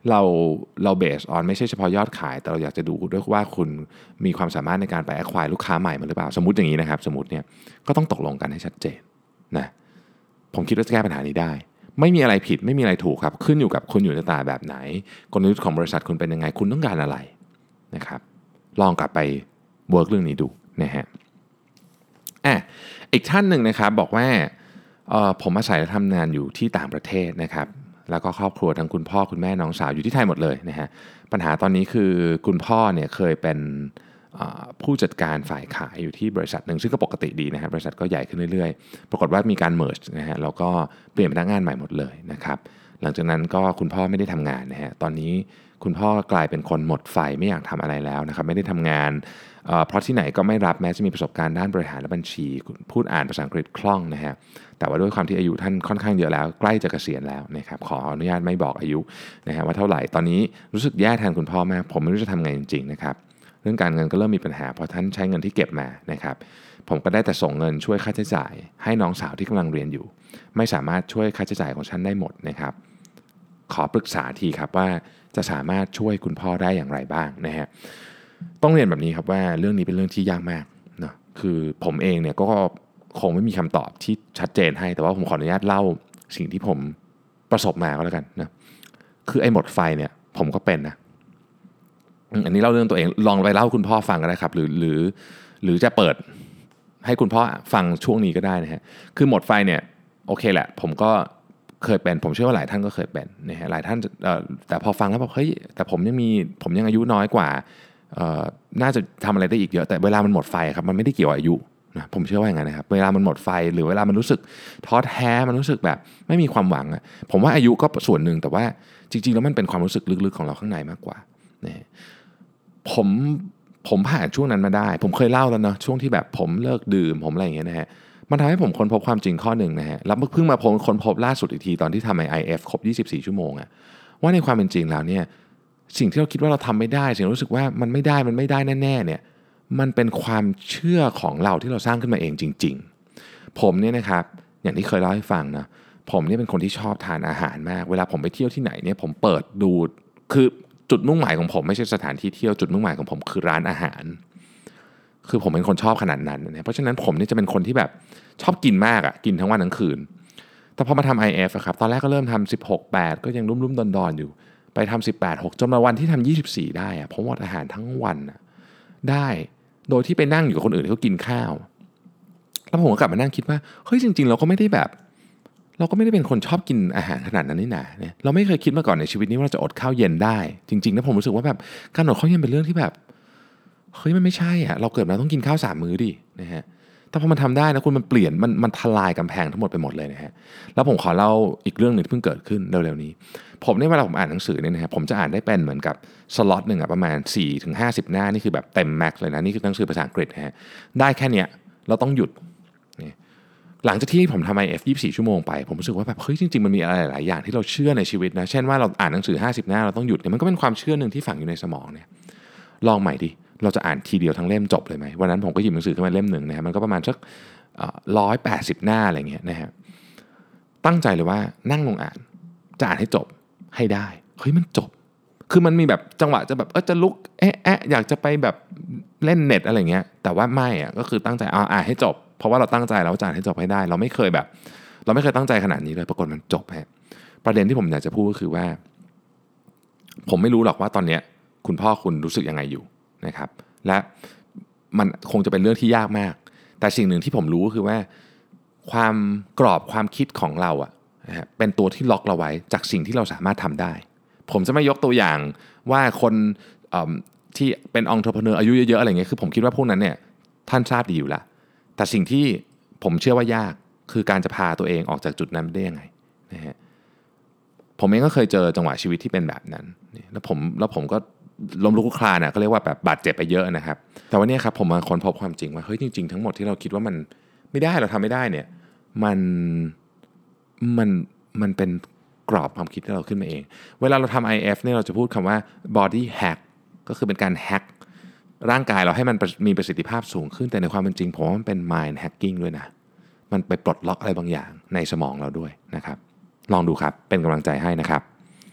[SPEAKER 3] เราเราเบสออนไม่ใช่เฉพาะยอดขายแต่เราอยากจะดูด้วยว่าคุณมีความสามารถในการไป acquire ลูกค้าใหม่มาหรือเปล่าสมมุติอย่างนี้นะครับสมมุติเนี่ยก็ต้องตกลงกันให้ชัดเจนนะผมคิดว่าจะแก้ปัญหานี้ได้ไม่มีอะไรผิดไม่มีอะไรถูกครับขึ้นอยู่กับคุณอยู่ในตลาดแบบไหนกลยุทธ์ของบริษัทคุณเป็นยังไงคุณต้องการอะไรนะครับลองกลับไปเวิร์กเรื่องนี้ดูนะฮะอ่ะอีกท่านหนึ่งนะครับบอกว่าเอ่อผมอาศัยและทำงานอยู่ที่ต่างประเทศนะครับแล้วก็ครอบครัวทั้งคุณพ่อคุณแม่น้องสาวอยู่ที่ไทยหมดเลยนะฮะปัญหาตอนนี้คือคุณพ่อเนี่ยเคยเป็นผู้จัดการฝ่ายขายอยู่ที่บริษัทหนึ่งซึ่งก็ปกติดีนะครับบริษัทก็ใหญ่ขึ้นเรื่อยๆปรากฏว่ามีการเมิร์จนะฮะแล้วก็เปลี่ยนพนักงานใหม่หมดเลยนะครับหลังจากนั้นก็คุณพ่อไม่ได้ทำงานนะฮะตอนนี้คุณพ่อกลายเป็นคนหมดไฟไม่อยากทำอะไรแล้วนะครับไม่ได้ทำงานเพราะที่ไหนก็ไม่รับแม้จะมีประสบการณ์ด้านบริหารและบัญชีพูดอ่านภาษาอังกฤษคล่องนะฮะแต่ว่าด้วยความที่อายุท่านค่อนข้างเยอะแล้วใกล้จะเกษียณแล้วนะครับขออนุญาตไม่บอกอายุนะฮะว่าเท่าไหร่ตอนนี้รู้สึกแย่แทนคุณพ่อมากผมไม่รู้จะทำไงจริงๆนะครับเรื่องการเงินก็เริ่มมีปัญหาเพราะท่านใช้เงินที่เก็บมานะครับผมก็ได้แต่ส่งเงินช่วยค่าใช้จ่ายให้น้องสาวที่กำลังเรียนอยู่ไม่สามารถช่วยค่าใช้จ่ายของฉันได้หมดนะครับขอปรึกษาทีครับว่าจะสามารถช่วยคุณพ่อได้อย่างไรบ้างนะฮะต้องเรียนแบบนี้ครับว่าเรื่องนี้เป็นเรื่องที่ยากมากเนาะคือผมเองเนี่ยก็คงไม่มีคำตอบที่ชัดเจนให้แต่ว่าผมขออนุญาตเล่าสิ่งที่ผมประสบมาก็แล้วกันนะคือไอ้หมดไฟเนี่ยผมก็เป็นนะอันนี้เล่าเรื่องตัวเองลองไปเล่าคุณพ่อฟังก็ได้ครับหรือหรือหรือจะเปิดให้คุณพ่อฟังช่วงนี้ก็ได้นะฮะคือหมดไฟเนี่ยโอเคแหละผมก็เคยเป็นผมเชื่อว่าหลายท่านก็เคยเป็นนะฮะหลายท่านแต่พอฟังแล้วบอกเฮ้ยแต่ผมยังมีผมยังอายุน้อยกว่าน่าจะทำอะไรได้อีกเยอะแต่เวลามันหมดไฟครับมันไม่ได้เกี่ยวอายุนะผมเชื่อว่าอย่างนั้นนะครับเวลามันหมดไฟหรือเวลามันรู้สึกท้อแท้มันรู้สึกแบบไม่มีความหวังอะผมว่าอายุก็ส่วนหนึ่งแต่ว่าจริงๆแล้วมันเป็นความรู้สึกลึกๆของเราข้างในมากกว่านะผมผมผ่านช่วงนั้นมาได้ผมเคยเล่าแล้วเนาะช่วงที่แบบผมเลิกดื่มผมอะไรอย่างเงี้ยนะฮะมันทำให้ผมค้นพบความจริงข้อหนึ่งนะฮะแล้วเพิ่งมาค้นพบล่าสุดอีกทีตอนที่ทำ ไอ เอฟ ครบยี่สิบสี่ชั่วโมงอะว่าในความเป็นจริงแล้วเนี่ยสิ่งที่เราคิดว่าเราทำไม่ได้สิ่งที่รู้สึกว่ามันไม่ได้มันไม่ได้แน่ๆเนี่ยมันเป็นความเชื่อของเราที่เราสร้างขึ้นมาเองจริงๆผมเนี่ยนะครับอย่างที่เคยเล่าให้ฟังนะผมเนี่ยเป็นคนที่ชอบทานอาหารมากเวลาผมไปเที่ยวที่ไหนเนี่ยผมเปิดดูคือจุดมุ่งหมายของผมไม่ใช่สถานที่เที่ยวจุดมุ่งหมายของผมคือร้านอาหารคือผมเป็นคนชอบขนาดนั้นนะเพราะฉะนั้นผมนี่จะเป็นคนที่แบบชอบกินมากอ่ะกินทั้งวันทั้งคืนแต่พอมาทำ ไอ เอฟ อะครับตอนแรกก็เริ่มทำสิบหก แปดก็ยังรุ่มๆดอนๆอยู่ไปทำสิบแปด หกจนมาวันที่ทำยี่สิบสี่ได้อะผมอดอาหารทั้งวันอะได้โดยที่ไปนั่งอยู่กับคนอื่นที่เขากินข้าวแล้วผมก็กลับมานั่งคิดว่าเฮ้ยจริงๆเราก็ไม่ได้แบบเราก็ไม่ได้เป็นคนชอบกินอาหารขนาดนั้นนี่นาเนี่ยเราไม่เคยคิดมาก่อนในชีวิตนี้ว่าเราจะอดข้าวเย็นได้จริงๆแล้วผมรู้สึกว่าแบบการอดข้าวเย็นเป็นเรื่องที่แบบเฮ้ยมันไม่ใช่อ่ะเราเกิดมาต้องกินข้าวสามมื้อดินะฮะแต่พอมันทำได้นะคุณมันเปลี่ยนมันมันทลายกำแพงทั้งหมดไปหมดเลยนะฮะแล้วผมขอเล่าอีกเรื่องนึงที่เพิ่งเกิดขึ้นเร็วๆนี้ผมเนี่ยเวลาผมอ่านหนังสือเนี่ยนะฮะผมจะอ่านได้เป็นเหมือนกับสล็อตหนึ่งอ่ะประมาณ สี่ถึงห้าสิบ หน้านี่คือแบบเต็มแม็กซ์เลยนะนี่คือหนังสือภาษาอังกฤษนะฮะได้แค่เนี้ยเราต้องหยุดหลังจากที่ผมทำ ไอ เอฟ ยี่สิบสี่ชั่วโมงไปผมรู้สึกว่าแบบเฮ้ยจริงๆมันมีอะไรหลายอย่างที่เราเชื่อในชีวิตนะเช่นว่าเราอ่านหนังสือห้าสิบหน้าเราต้องหยุดเนี่ยมันก็เป็นความเชื่อหนึ่งที่ฝังอยู่ในสมองเนี่ยลองใหม่ดิเราจะอ่านทีเดียวทั้งเล่มจบเลยไหมวันนั้นผมก็หยิบหนังสือขึ้นมาเล่มหนึ่งนะฮะมันก็ประมาณสักร้อยแปดสิบหน้าอะไรเงี้ยนะฮะตั้งใจเลยว่านั่งลงอ่านจะอ่านให้จบให้ได้เฮ้ยมันจบคือมันมีแบบจังหวะจะแบบเออจะลุกแอะแอะอยากจะไปแบบเล่นเน็ตอะไรเงี้ยแต่ว่าไม่อ่ะก็คือตั้งใจเอาอ่านให้จบเพราะว่าเราตั้งใจแล้วจะอ่านให้จบให้ได้เราไม่เคยแบบเราไม่เคยตั้งใจขนาดนี้เลยปรากฏมันจบฮะประเด็นที่ผมอยากจะพูดก็คือว่าผมไม่รู้หรอกว่าตอนเนี้ยคุณพ่อคุณรู้สึกยังไงอยู่นะครับและมันคงจะเป็นเรื่องที่ยากมากแต่สิ่งหนึ่งที่ผมรู้ก็คือว่าความกรอบความคิดของเราอ่ะนะฮะเป็นตัวที่ล็อกเราไว้จากสิ่งที่เราสามารถทำได้ผมจะไม่ยกตัวอย่างว่าคนที่เป็นองค์ประกอบอายุเยอะๆอะไรเงี้ยคือผมคิดว่าพวกนั้นเนี่ยท่านทราบดีอยู่แล้วแต่สิ่งที่ผมเชื่อว่ายากคือการจะพาตัวเองออกจากจุดนั้นได้ยังไงนะฮะผมเองก็เคยเจอจังหวะชีวิตที่เป็นแบบนั้นแล้วผมแล้วผมก็ล้มลุกคลุกคลานน่ะก็เรียกว่าแบบบาดเจ็บไปเยอะนะครับแต่วันนี้ครับผมมาค้นพบความจริงว่าเฮ้ยจริงๆทั้งหมดที่เราคิดว่ามันไม่ได้เราทำไม่ได้เนี่ยมันมันมันเป็นกรอบความคิดที่เราขึ้นมาเองเวลาเราทำ ไอ เอฟ เนี่ยเราจะพูดคำว่า body hack ก็คือเป็นการแฮกร่างกายเราให้มันมีประสิทธิภาพสูงขึ้นแต่ในความเป็นจริงผมว่ามันเป็น mind hacking ด้วยนะมันไปปลดล็อกอะไรบางอย่างในสมองเราด้วยนะครับลองดูครับเป็นกำลังใจให้นะครับ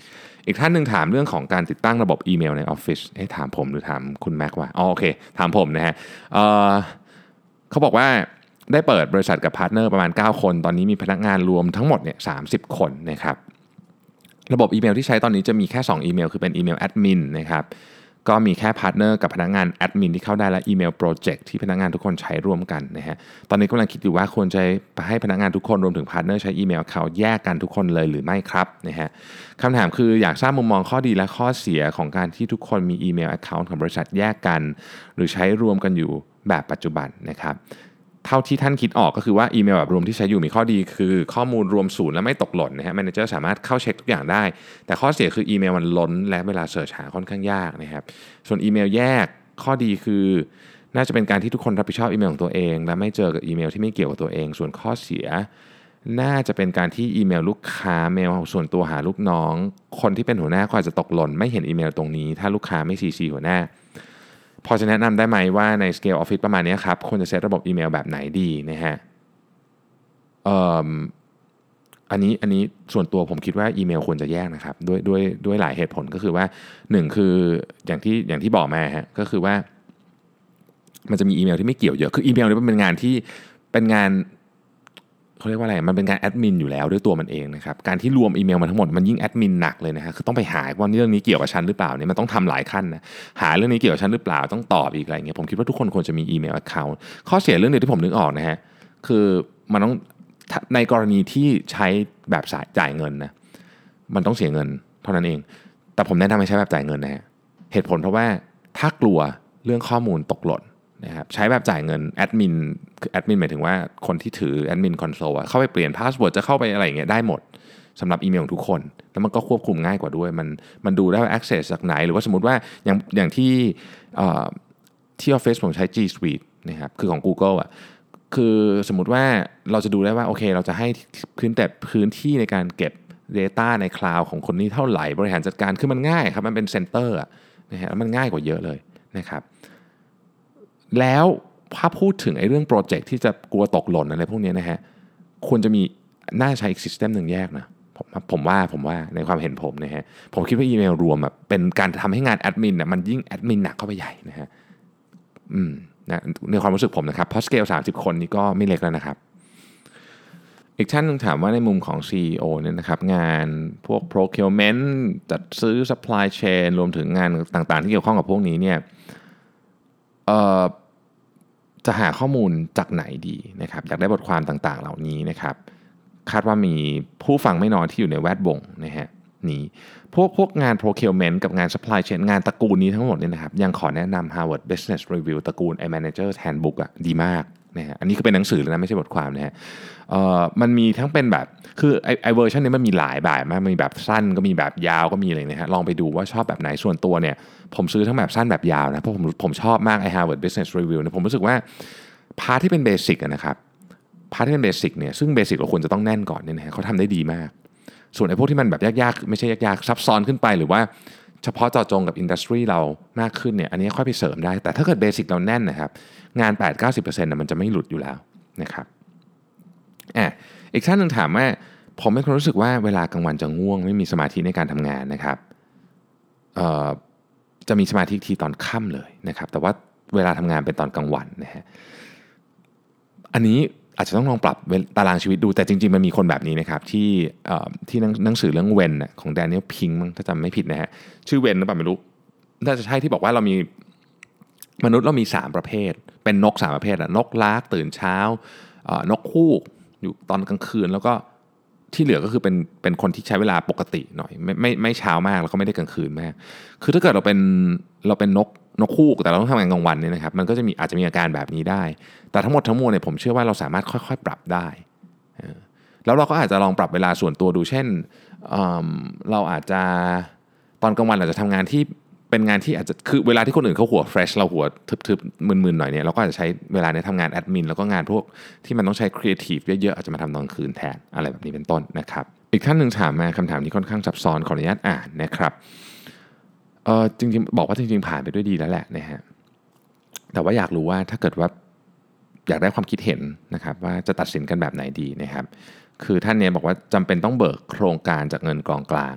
[SPEAKER 3] อีกท่านหนึ่งถามเรื่องของการติดตั้งระบบอีเมลในออฟฟิศเอ๊ะถามผมหรือถามคุณแม็กวะอ๋อโอเคถามผมนะฮะ เอ่อเขาบอกว่าได้เปิดบริษัทกับพาร์ทเนอร์ประมาณเก้าคนตอนนี้มีพนักงานรวมทั้งหมดเนี่ยสามสิบคนนะครับระบบอีเมลที่ใช้ตอนนี้จะมีแค่สองอีเมลคือเป็นอีเมลแอดมินนะครับก็มีแค่พาร์ทเนอร์กับพนักงานแอดมินที่เข้าได้และอีเมลโปรเจกต์ที่พนักงานทุกคนใช้ร่วมกันนะฮะตอนนี้กำลังคิดอยู่ว่าควรจะให้พนักงานทุกคนรวมถึงพาร์ทเนอร์ใช้อีเมลเขาแยกกันทุกคนเลยหรือไม่ครับนะฮะคำถามคืออยากทราบมุมมองข้อดีและข้อเสียของการที่ทุกคนมีอีเมล account ของบริษัทแยกกันหรือใช้รวมกันอยู่แบบปัจจุบันนะครับเท่าที่ท่านคิดออกก็คือว่าอีเมลแบบรวมที่ใช้อยู่มีข้อดีคือข้อมูลรวมศูนย์และไม่ตกหล่นนะฮะแมเนเจอร์สามารถเข้าเช็คทุกอย่างได้แต่ข้อเสียคืออีเมลมันล้นและเวลาเสิร์ชหาค่อนข้างยากนะครับส่วนอีเมลแยกข้อดีคือน่าจะเป็นการที่ทุกคนรับผิดชอบอีเมลของตัวเองและไม่เจอกับอีเมลที่ไม่เกี่ยวกับตัวเองส่วนข้อเสียน่าจะเป็นการที่อีเมลลูกค้าเมลส่วนตัวหาลูกน้องคนที่เป็นหัวหน้าก็อาจจะตกหล่นไม่เห็นอีเมลตรงนี้ถ้าลูกค้าไม่ซีซีหัวหน้าพอจะแนะนำได้ไหมว่าใน Scale Office ประมาณนี้ครับควรจะเซตระบบอีเมลแบบไหนดีนะฮะเอ่ออันนี้อันนี้ส่วนตัวผมคิดว่าอีเมลควรจะแยกนะครับด้วยด้วยด้วยหลายเหตุผลก็คือว่าหนึ่งคืออย่างที่อย่างที่บอกมาฮะก็คือว่ามันจะมีอีเมลที่ไม่เกี่ยวเยอะคืออีเมลนี่มันเป็นงานที่เป็นงานเขาเรียกว่าอะไรมันเป็นการแอดมินอยู่แล้วด้วยตัวมันเองนะครับการที่รวมอีเมลมาทั้งหมดมันยิ่งแอดมินหนักเลยนะฮะคือต้องไปหาว่าเรื่องนี้เกี่ยวกับฉันหรือเปล่าเนี่ยมันต้องทำหลายขั้นนะหาเรื่องนี้เกี่ยวกับฉันหรือเปล่าต้องตอบอีกอะไรเงี้ยผมคิดว่าทุกคนควรจะมีอีเมล account ข้อเสียเรื่องเดียวที่ผมนึกออกนะฮะคือมันต้องในกรณีที่ใช้แบบจ่ายเงินนะมันต้องเสียเงินเท่านั้นเองแต่ผมแนะนำให้ใช้แบบจ่ายเงินนะฮะเหตุผลเพราะว่าถ้ากลัวเรื่องข้อมูลตกหล่นนะครับใช้แบบจ่ายเงินแอดมินคือแอดมินหมายถึงว่าคนที่ถือแอดมินคอนโซลเข้าไปเปลี่ยนพาสเวิร์ดจะเข้าไปอะไรอย่างเงี้ยได้หมดสำหรับอีเมลของทุกคนแล้วมันก็ควบคุมง่ายกว่าด้วยมันมันดูได้ว่า access จากไหนหรือว่าสมมติว่าอย่างอย่างที่ที่ Office ผมใช้ G Suite นะครับคือของ Google อ่ะคือสมมุติว่าเราจะดูได้ว่าโอเคเราจะให้พื้นแต่พื้นที่ในการเก็บ data ในคลาวด์ของคนนี้เท่าไหร่บริหารจัดการคือมันง่ายครับมันเป็นเซ็นเตอร์นะฮะมันง่ายกว่าเยอะเลยนะครับแล้วถ้าพูดถึงไอ้เรื่องโปรเจกต์ที่จะกลัวตกหล่นอะไรพวกนี้นะฮะควรจะมีน่าใช้อีกซิสเต็มหนึ่งแยกนะผมผมว่าผมว่าในความเห็นผมนะฮะผมคิดว่าอีเมลรวมแบบเป็นการทำให้งานแอดมินน่ะมันยิ่งแอดมินหนักเข้าไปใหญ่นะฮะอืมนะในความรู้สึกผมนะครับเพราะสเกลสามสิบคนนี่ก็ไม่เล็กแล้วนะครับอีกท่านนึงถามว่าในมุมของ ซี อี โอ เนี่ยนะครับงานพวก procurement จัดซื้อ supply chain รวมถึงงานต่างๆที่เกี่ยวข้องกับพวกนี้เนี่ยเอ่อจะหาข้อมูลจากไหนดีนะครับอยากได้บทความต่างๆเหล่านี้นะครับคาดว่ามีผู้ฟังไม่น้อยที่อยู่ในแวดวงนะฮะนี้พวกพวกงาน procurement กับงาน supply chain งานตระกูลนี้ทั้งหมดเนี่ยนะครับยังขอแนะนำ Harvard Business Review ตระกูล A Manager's Handbook อ่ะดีมากนะฮะอันนี้ก็เป็นหนังสือเลยนะไม่ใช่บทความนะฮะเอ่อมันมีทั้งเป็นแบบคือไอไอเวอร์ชันนี้มันมีหลายแบบมากมีแบบสั้นก็มีแบบยาวก็มีอะไรนะฮะลองไปดูว่าชอบแบบไหนส่วนตัวเนี่ยผมซื้อทั้งแบบสั้นแบบยาวนะเพราะผมผมชอบมากไอ Harvard Business Review เนี่ยผมรู้สึกว่าพาร์ทที่เป็นเบสิกนะครับพาร์ทที่เป็นเบสิกเนี่ยซึ่งเบสิกเราควรจะต้องแน่นก่อนเนี่ยนะฮะเขาทำได้ดีมากส่วนไอ้พวกที่มันแบบยากๆไม่ใช่ยากๆซับซ้อนขึ้นไปหรือว่าเฉพาะเจาะจงกับอินดัสทรีเรามากขึ้นเนี่ยอันนี้ค่อยไปเสริมได้แต่ถ้าเกิดเบสิกเราแน่นนะครับงาน แปดถึงเก้าสิบเปอร์เซ็นต์ น่ะมันจะไม่หลุดอยู่แล้วนะครับอ่ะอีกท่านนึงถามว่าผมเป็นคนรู้สึกว่าเวลากลางวันจะง่วงไม่มีสมาธิในการทำงานนะครับเอ่อจะมีสมาธิทีตอนค่ำเลยนะครับแต่ว่าเวลาทำงานเป็นตอนกลางวันนะฮะอันนี้อาจจะต้องลองปรับตารางชีวิตดูแต่จริงๆมันมีคนแบบนี้นะครับที่ที่หนังสือเรื่องเวนของแดเนียลพิงค์ถ้าจำไม่ผิดนะฮะชื่อเวนหรือเปล่าไม่รู้น่าจะใช่ที่บอกว่าเรามีมนุษย์เรามีสามประเภทเป็นนกสามประเภทอะนกลากตื่นเช้านกฮูกอยู่ตอนกลางคืนแล้วก็ที่เหลือก็คือเป็นเป็นคนที่ใช้เวลาปกติหน่อยไม่ไม่ไม่เช้ามากแล้วก็ไม่ได้กลางคืนมากคือถ้าเกิดเราเป็นเราเป็นนกนกฮูกแต่เราต้องทำงานกลางวันเนี่ยนะครับมันก็จะมีอาจจะมีอาการแบบนี้ได้แต่ทั้งหมดทั้งมวลเนี่ยผมเชื่อว่าเราสามารถค่อยๆปรับได้แล้วเราก็อาจจะลองปรับเวลาส่วนตัวดูเช่น เ, เราอาจจะตอนกลางวันเราจะทำงานที่เป็นงานที่อาจจะคือเวลาที่คนอื่นเขาหัวเฟรชเราหัวทึบๆมึนๆหน่อยเนี่ยเราก็อาจจะใช้เวลาในทำงานแอดมินแล้วก็งานพวกที่มันต้องใช้ครีเอทีฟเยอะๆอาจจะมาทำตอนคืนแทนอะไรแบบนี้เป็นต้นนะครับอีกท่านหนึ่งถามมาคำถามนี้ค่อนข้างซับซ้อนขออนุญาตอ่านนะครับเออจริงๆบอกว่าจริงๆผ่านไปด้วยดีแล้วแหละนะฮะแต่ว่าอยากรู้ว่าถ้าเกิดว่าอยากได้ความคิดเห็นนะครับว่าจะตัดสินกันแบบไหนดีนะครับคือท่านนี้บอกว่าจำเป็นต้องเบิกโครงการจากเงินกองกลาง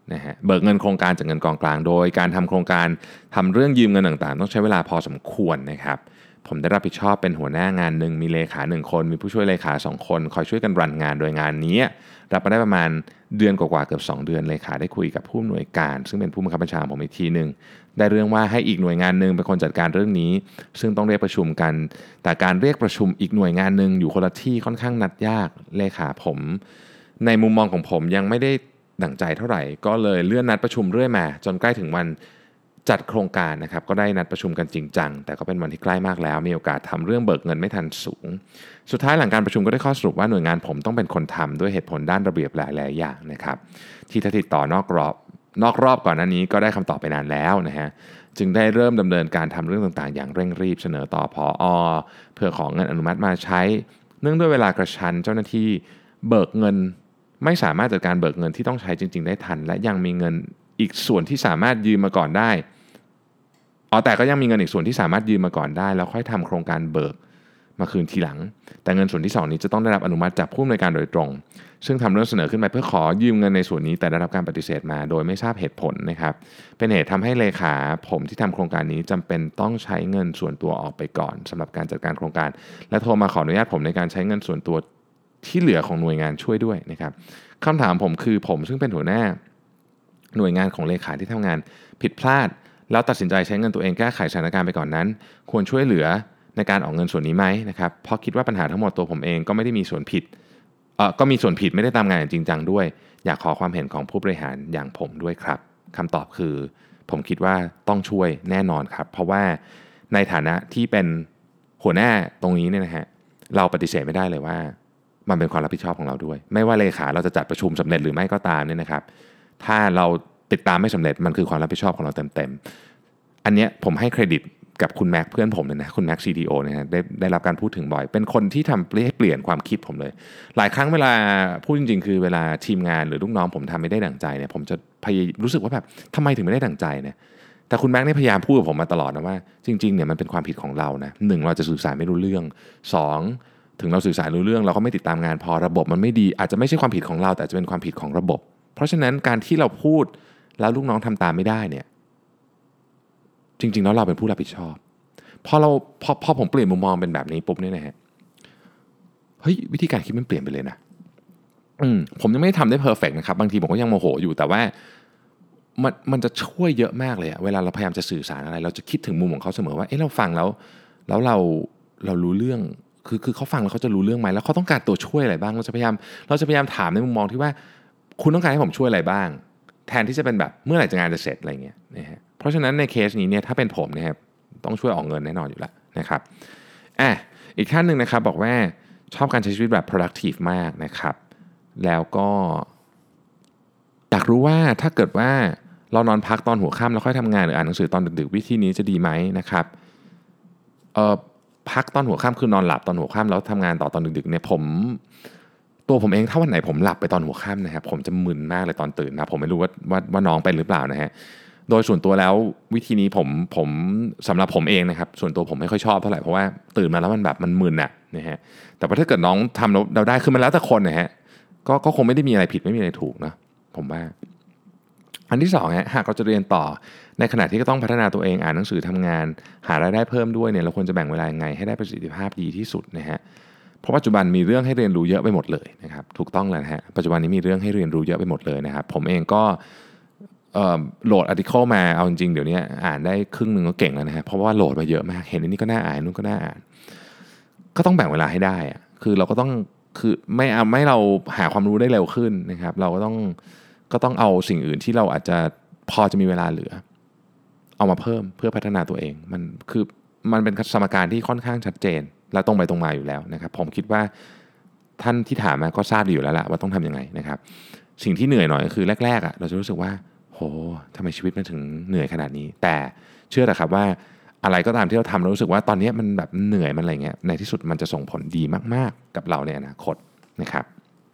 [SPEAKER 3] นะฮะเบิกเงินโครงการจากเงินกองกลางโดยการทำโครงการทำเรื่องยืมเงินต่างๆต้องใช้เวลาพอสมควรนะครับผมได้รับผิดชอบเป็นหัวหน้างานหนึ่งมีเลขาหนึ่งคนมีผู้ช่วยเลขาสองคนคอยช่วยกันรันงานโดยงานนี้รับมาได้ประมาณเดือนกว่าๆเกือบสองเดือนเลขาได้คุยกับผู้อำนวยการซึ่งเป็นผู้บังคับบัญชาผมอีกทีนึงได้เรื่องว่าให้อีกหน่วยงานนึงเป็นคนจัดการเรื่องนี้ซึ่งต้องเรียกประชุมกันแต่การเรียกประชุมอีกหน่วยงานนึงอยู่คนละที่ค่อนข้างนัดยากเลขาผมในมุมมองของผมยังไม่ได้ดั่งใจเท่าไหร่ก็เลยเลื่อนนัดประชุมเรื่อยมาจนใกล้ถึงวันจัดโครงการนะครับก็ได้นัดประชุมกันจริงจังแต่ก็เป็นวันที่ใกล้มากแล้วมีโอกาสทำเรื่องเบิกเงินไม่ทันสูงสุดท้ายหลังการประชุมก็ได้ข้อสรุปว่าหน่วยงานผมต้องเป็นคนทำด้วยเหตุผลด้านระเบียบหลายๆอย่างนะครับที่ถ้าติดต่อนอกรอบนอกรอบก่อนหน้านี้ก็ได้คำตอบไปนานแล้วนะฮะจึงได้เริ่มดำเนินการทำเรื่องต่างๆอย่างเร่งรีบเสนอต่อผอ.เพื่อของเงินอนุมัติมาใช้เนื่องด้วยเวลากระชั้นเจ้าหน้าที่เบิกเงินไม่สามารถจัดการเบิกเงินที่ต้องใช้จริงๆได้ทันและยังมีเงินอีกส่วนที่สามารถยืมมาก่อนได้อ๋อแต่ก็ยังมีเงินอีกส่วนที่สามารถยืมมาก่อนได้แล้วค่อยทำโครงการเบิกมาคืนทีหลังแต่เงินส่วนที่สองนี้จะต้องได้รับอนุมัติจากผู้อำนวยการโดยตรงซึ่งทำเรื่องเสนอขึ้นไปเพื่อขอยืมเงินในส่วนนี้แต่ได้รับการปฏิเสธมาโดยไม่ทราบเหตุผลนะครับเป็นเหตุทำให้เลขาผมที่ทำโครงการนี้จำเป็นต้องใช้เงินส่วนตัวออกไปก่อนสำหรับการจัดการโครงการและโทรมาขออนุญาตผมในการใช้เงินส่วนตัวที่เหลือของหน่วยงานช่วยด้วยนะครับคำถามผมคือผมซึ่งเป็นหัวหน้าหน่วยงานของเลขาที่ทำงานผิดพลาดแล้วตัดสินใจใช้เงินตัวเองแก้ไขสถานการณ์ไปก่อนนั้นควรช่วยเหลือในการออกเงินส่วนนี้ไหมนะครับเพราะคิดว่าปัญหาทั้งหมดตัวผมเองก็ไม่ได้มีส่วนผิดเอ่อก็มีส่วนผิดไม่ได้ตามงานอย่างจริงจังด้วยอยากขอความเห็นของผู้บริหารอย่างผมด้วยครับคำตอบคือผมคิดว่าต้องช่วยแน่นอนครับเพราะว่าในฐานะที่เป็นหัวหน้าตรงนี้เนี่ยนะฮะเราปฏิเสธไม่ได้เลยว่ามันเป็นความรับผิดชอบของเราด้วยไม่ว่าเลขาเราจะจัดประชุมสำเร็จหรือไม่ก็ตามเนี่ยนะครับถ้าเราติดตามไม่สำเร็จมันคือความรับผิดชอบของเราเต็มๆอันเนี้ยผมให้เครดิตกับคุณแม็กเพื่อนผมเลยนะคุณแม็ก ซี ดี โอ เนี่ยนะได้ได้รับการพูดถึงบ่อยเป็นคนที่ทำให้เปลี่ยนความคิดผมเลยหลายครั้งเวลาพูดจริงๆคือเวลาทีมงานหรือลูกน้องผมทำไม่ได้ดั่งใจเนี่ยผมจะพยายามรู้สึกว่าแบบทำไมถึงไม่ได้ดั่งใจเนี่ยแต่คุณแม็กเนี่ยพยายามพูดกับผมมาตลอดนะว่าจริงๆเนี่ยมันเป็นความผิดของเรานะหนึ่งเราจะสื่อสารไม่รู้เรื่องสองถึงเราสื่อสารรู้เรื่องเราก็ไม่ติดตามงานพอระบบมันไม่ดีอาจจะไม่ใช่ความผิดของเราแต่จะเป็นความผิดของระบบเพราะฉะนั้นการที่เราพูดแล้วลูกน้องทำตามไม่ได้เนี่ยจริงๆแล้วเราเป็นผู้รับผิดชอบพอเราพอพอผมเปลี่ยนมุมมองเป็นแบบนี้ปุ๊บเนี่ยนะฮะเฮ้ยวิธีการคิดมันเปลี่ยนไปเลยนะอืมผมยังไม่ได้ทำได้เพอร์เฟกต์นะครับบางทีผมก็ยังโมโหอยู่แต่ว่ามันมันจะช่วยเยอะมากเลยอะเวลาเราพยายามจะสื่อสารอะไรเราจะคิดถึงมุมของเขาเสมอว่าเอ๊ะเราฟังแล้วแล้วเราเรารู้เรื่องคือคือเขาฟังแล้วเขาจะรู้เรื่องไหมแล้วเขาต้องการตัวช่วยอะไรบ้างเราจะพยายามเราจะพยายามถามในมุมมองที่ว่าคุณต้องการให้ผมช่วยอะไรบ้างแทนที่จะเป็นแบบเมื่อไหร่จะงานจะเสร็จอะไรเงี้ยนะฮะเพราะฉะนั้นในเคสนี้เนี่ยถ้าเป็นผมนะครับต้องช่วยออกเงินแน่นอนอยู่แล้วนะครับอ่ะอีกท่านหนึ่งนะครับบอกว่าชอบการใช้ชีวิตแบบ productive มากนะครับแล้วก็อยากรู้ว่าถ้าเกิดว่าเรานอนพักตอนหัวค่ำแล้วค่อยทำงานหรืออ่านหนังสือตอนดึกๆวิธีนี้จะดีไหมนะครับเอ่อพักตอนหัวค่ำคือนอนหลับตอนหัวค่ำแล้วทำงานต่อตอนดึกๆเนี่ยผมตัวผมเองถ้าวันไหนผมหลับไปตอนหัวค่ำนะครับผมจะมึนมากเลยตอนตื่นนะผมไม่รู้ว่าว่าว่าน้องเป็นหรือเปล่านะฮะโดยส่วนตัวแล้ววิธีนี้ผมผมสำหรับผมเองนะครับส่วนตัวผมไม่ค่อยชอบเท่าไหร่เพราะว่าตื่นมาแล้วมันแบบมันมึนอะนะฮะแต่ว่าถ้าเกิดน้องทำเราได้คือมันแล้วแต่คนนะฮะก็ก็คงไม่ได้มีอะไรผิดไม่มีอะไรถูกนะผมว่าอันที่สองฮะหากเราจะเรียนต่อในขณะที่ก็ต้องพัฒนาตัวเองอ่านหนังสือทำงานหารายได้เพิ่มด้วยเนี่ยเราควรจะแบ่งเวลายังไงให้ได้ประสิทธิภาพดีที่สุดนะฮะเพราะปัจจุบันมีเรื่องให้เรียนรู้เยอะไปหมดเลยนะครับถูกต้องเลยนะฮะปัจจุบันนี้มีเรื่องให้เรียนรู้เยอะไปหมดเลยนะครับผมเองก็โหลดอาร์ติเคิลมาเอาจริงๆเดี๋ยวนี้อ่านได้ครึ่งหนึ่งก็เก่งแล้วนะฮะเพราะว่าโหลดมาเยอะมากเห็นอันนี้ก็น่าอ่านนู่นก็น่าอ่านก็ต้องแบ่งเวลาให้ได้อะคือเราก็ต้องคือไม่เอาไม่เราหาความรู้ได้เร็วขึ้นนะครับเราก็ต้องก็ต้องเอาสิ่งอื่นที่เราอาจจะพอจะมีเวลาเหลือเอามาเพิ่มเพื่อพัฒนาตัวเองมันคือมันเป็นสมการที่ค่อนข้างชัดเจนและตรงไปตรงมาอยู่แล้วนะครับผมคิดว่าท่านที่ถามมาก็ทราบดีอยู่แล้วแหละว่าต้องทำยังไงนะครับสิ่งที่เหนื่อยหน่อยก็คือแรกๆอ่ะเราจะรู้สึกว่าโหทำไมชีวิตมันถึงเหนื่อยขนาดนี้แต่เชื่อเถอะครับว่าอะไรก็ตามที่เราทำเรารู้สึกว่าตอนนี้มันแบบเหนื่อยมันอะไรเงี้ยในที่สุดมันจะส่งผลดีมากๆกับเราในอนาคตนะครับ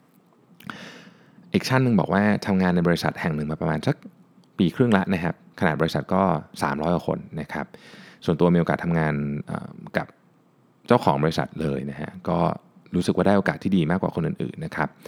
[SPEAKER 3] อีกชั้นหนึ่งบอกว่าทำงานในบริษัทแห่งหนึ่งมาประมาณสักปีครึ่งละนะครับขนาดบริษัทก็สามร้อยกว่าคนนะครับส่วนตัวมีโอกาสทำงานกับเจ้าของบริษัทเลยนะฮะก็รู้สึกว่าได้โอกาสที่ดีมากกว่าคนอื่นๆนะครับ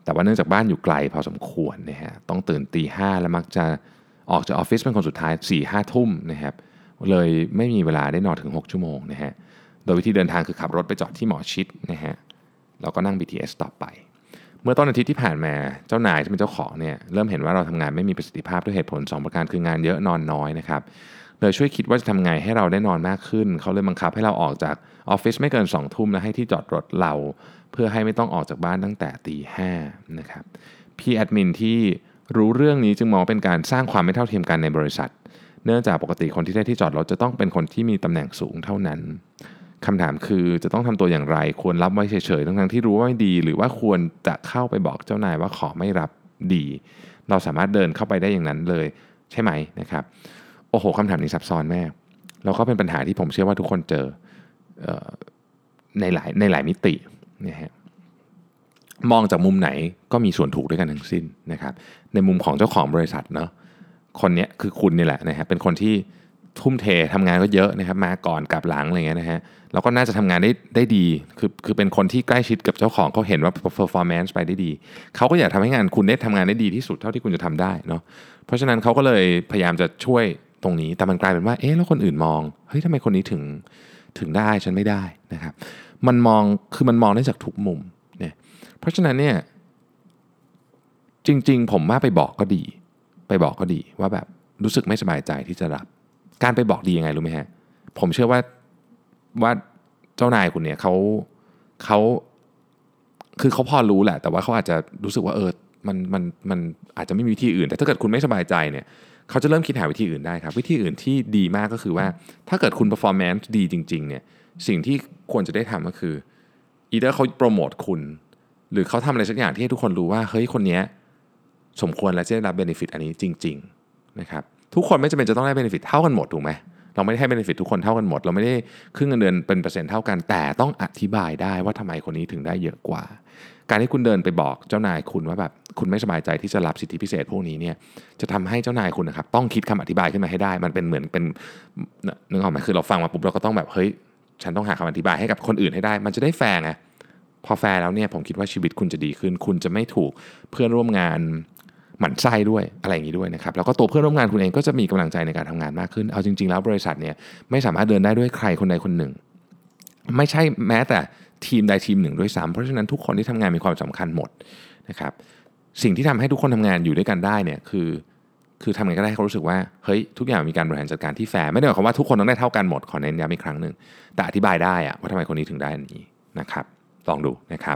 [SPEAKER 3] แต่ว่าเนื่องจากบ้านอยู่ไกลพอสมควรนะฮะต้องตื่นตีห้าแล้วมักจะออกจากออฟฟิศเป็นคนสุดท้าย สี่ห้า ทุ่มนะครับเลยไม่มีเวลาได้นอนถึงหกชั่วโมงนะฮะโดยวิธีเดินทางคือขับรถไปจอดที่หมอชิตนะฮะแล้วก็นั่ง บี ที เอส ต่อไปเมื่อต้นอาทิตย์ที่ผ่านมาเจ้านายที่เป็นเจ้าของเนี่ยเริ่มเห็นว่าเราทำงานไม่มีประสิทธิภาพด้วยเหตุผลสองประการคืองานเยอะนอนน้อยนะครับเลยช่วยคิดว่าจะทำไงให้เราได้นอนมากขึ้นเขาเลยบังคับให้เราออกจากออฟฟิศไม่เกินสองทุ่มและให้ที่จอดรถเราเพื่อให้ไม่ต้องออกจากบ้านตั้งแต่ตีห้านะครับพี่แอดมินที่รู้เรื่องนี้จึงมองเป็นการสร้างความไม่เท่าเทียมกันในบริษัทเนื่องจากปกติคนที่ได้ที่จอดรถจะต้องเป็นคนที่มีตำแหน่งสูงเท่านั้นคำถามคือจะต้องทำตัวอย่างไรควรรับไว้เฉยๆทั้งๆที่รู้ว่าไม่ดีหรือว่าควรจะเข้าไปบอกเจ้านายว่าขอไม่รับดีเราสามารถเดินเข้าไปได้อย่างนั้นเลยใช่ไหมนะครับโอ้โหคำถามนี้ซับซ้อนมากแล้วก็เป็นปัญหาที่ผมเชื่อว่าทุกคนเจอเอ่อในหลายในหลายมิตินะฮะมองจากมุมไหนก็มีส่วนถูกด้วยกันทั้งสิ้นนะครับในมุมของเจ้าของบริษัทเนาะคนนี้คือคุณนี่แหละนะฮะเป็นคนที่ทุ่มเททำงานก็เยอะนะครับมาก่อนกลับหลังอะไรเงี้ยนะฮะแล้วก็น่าจะทำงานได้ได้ดีคือคือเป็นคนที่ใกล้ชิดกับเจ้าของเขาเห็นว่า performance ไปได้ดีเขาก็อยากทำให้งานคุณได้ทำงานได้ดีที่สุดเท่าที่คุณจะทำได้เนาะเพราะฉะนั้นเขาก็เลยพยายามจะช่วยตรงนี้แต่มันกลายเป็นว่าเอ๊ะแล้วคนอื่นมองเฮ้ยทำไมคนนี้ถึงถึงได้ฉันไม่ได้นะครับมันมองคือมันมองได้จากทุกมุมเนี่ยเพราะฉะนั้นเนี่ยจริงๆผมว่าไปบอกก็ดีไปบอกก็ดีว่าแบบรู้สึกไม่สบายใจที่จะรับการไปบอกดียังไงรู้ไหมฮะผมเชื่อว่าว่าเจ้านายคุณเนี่ยเขาเขาคือเขาพอรู้แหละแต่ว่าเขาอาจจะรู้สึกว่าเออมันมันมันอาจจะไม่มีวิธีอื่นแต่ถ้าเกิดคุณไม่สบายใจเนี่ยเขาจะเริ่มคิดหาวิธีอื่นได้ครับวิธีอื่นที่ดีมากก็คือว่าถ้าเกิดคุณ performance ดีจริงๆเนี่ยสิ่งที่ควรจะได้ทำก็คืออีเดอร์เขาโปรโมทคุณหรือเขาทำอะไรสักอย่างที่ให้ทุกคนรู้ว่าเฮ้ยคนนี้สมควรและจะได้รับ benefit อันนี้จริงๆนะครับทุกคนไม่จำเป็นจะต้องได้ benefit เท่ากันหมดถูกไหมเราไม่ได้ให้ benefit ทุกคนเท่ากันหมดเราไม่ได้ครึ่งเงินเดือนเป็นเปอร์เซ็นต์เท่ากันแต่ต้องอธิบายได้ว่าทำไมคนนี้ถึงได้เยอะกว่าการที่คุณเดินไปบอกเจ้านายคุณว่าแบบคุณไม่สบายใจที่จะรับสิทธิพิเศษพวกนี้เนี่ยจะทำให้เจ้านายคุณนะครับต้องคิดคำอธิบายขึ้นมาให้ได้มันเป็นเหมือนเป็นนึกออกไหมคือเราฟังมาปุ๊บเราก็ต้องแบบเฮ้ยฉันต้องหาคำอธิบายให้กับคนอื่นให้ได้มันจะได้แฟร์ไงพอแฟร์แล้วเนี่ยผมคิดว่าชีวิตคุณจะดีขึ้นคุณจะไม่ถูกเพื่อนร่วมงานหมั่นไส้ด้วยอะไรอย่างนี้ด้วยนะครับแล้วก็ตัวเพื่อนร่วมงานคุณเองก็จะมีกำลังใจในการทำงานมากขึ้นเอาจริงๆแล้วบริษัทเนี่ยไม่สามารถเดินได้ด้วยใครคนใดคนหนึ่งไม่ใช่แม้แต่ทีมใดทีมหนึ่งด้วยซ้ำเพราะฉะนั้นทุกคนที่ทำงานมีความสำคัญหมดนะครับสิ่งที่ทำให้ทุกคนทำงานอยู่ด้วยกันได้เนี่ยคือคือทำไงก็ได้ให้เขารู้สึกว่าเฮ้ยทุกอย่างมีการบริหารจัดการที่แฟร์ไม่ได้หมายความว่าทุกคนต้องได้เท่ากันหมดขอเน้นย้ำอีกครั้งหนึ่งแต่อธิบายได้อะว่าทำไมคนนี้ถึงได้อันนี้นะครับลองดูนะครับ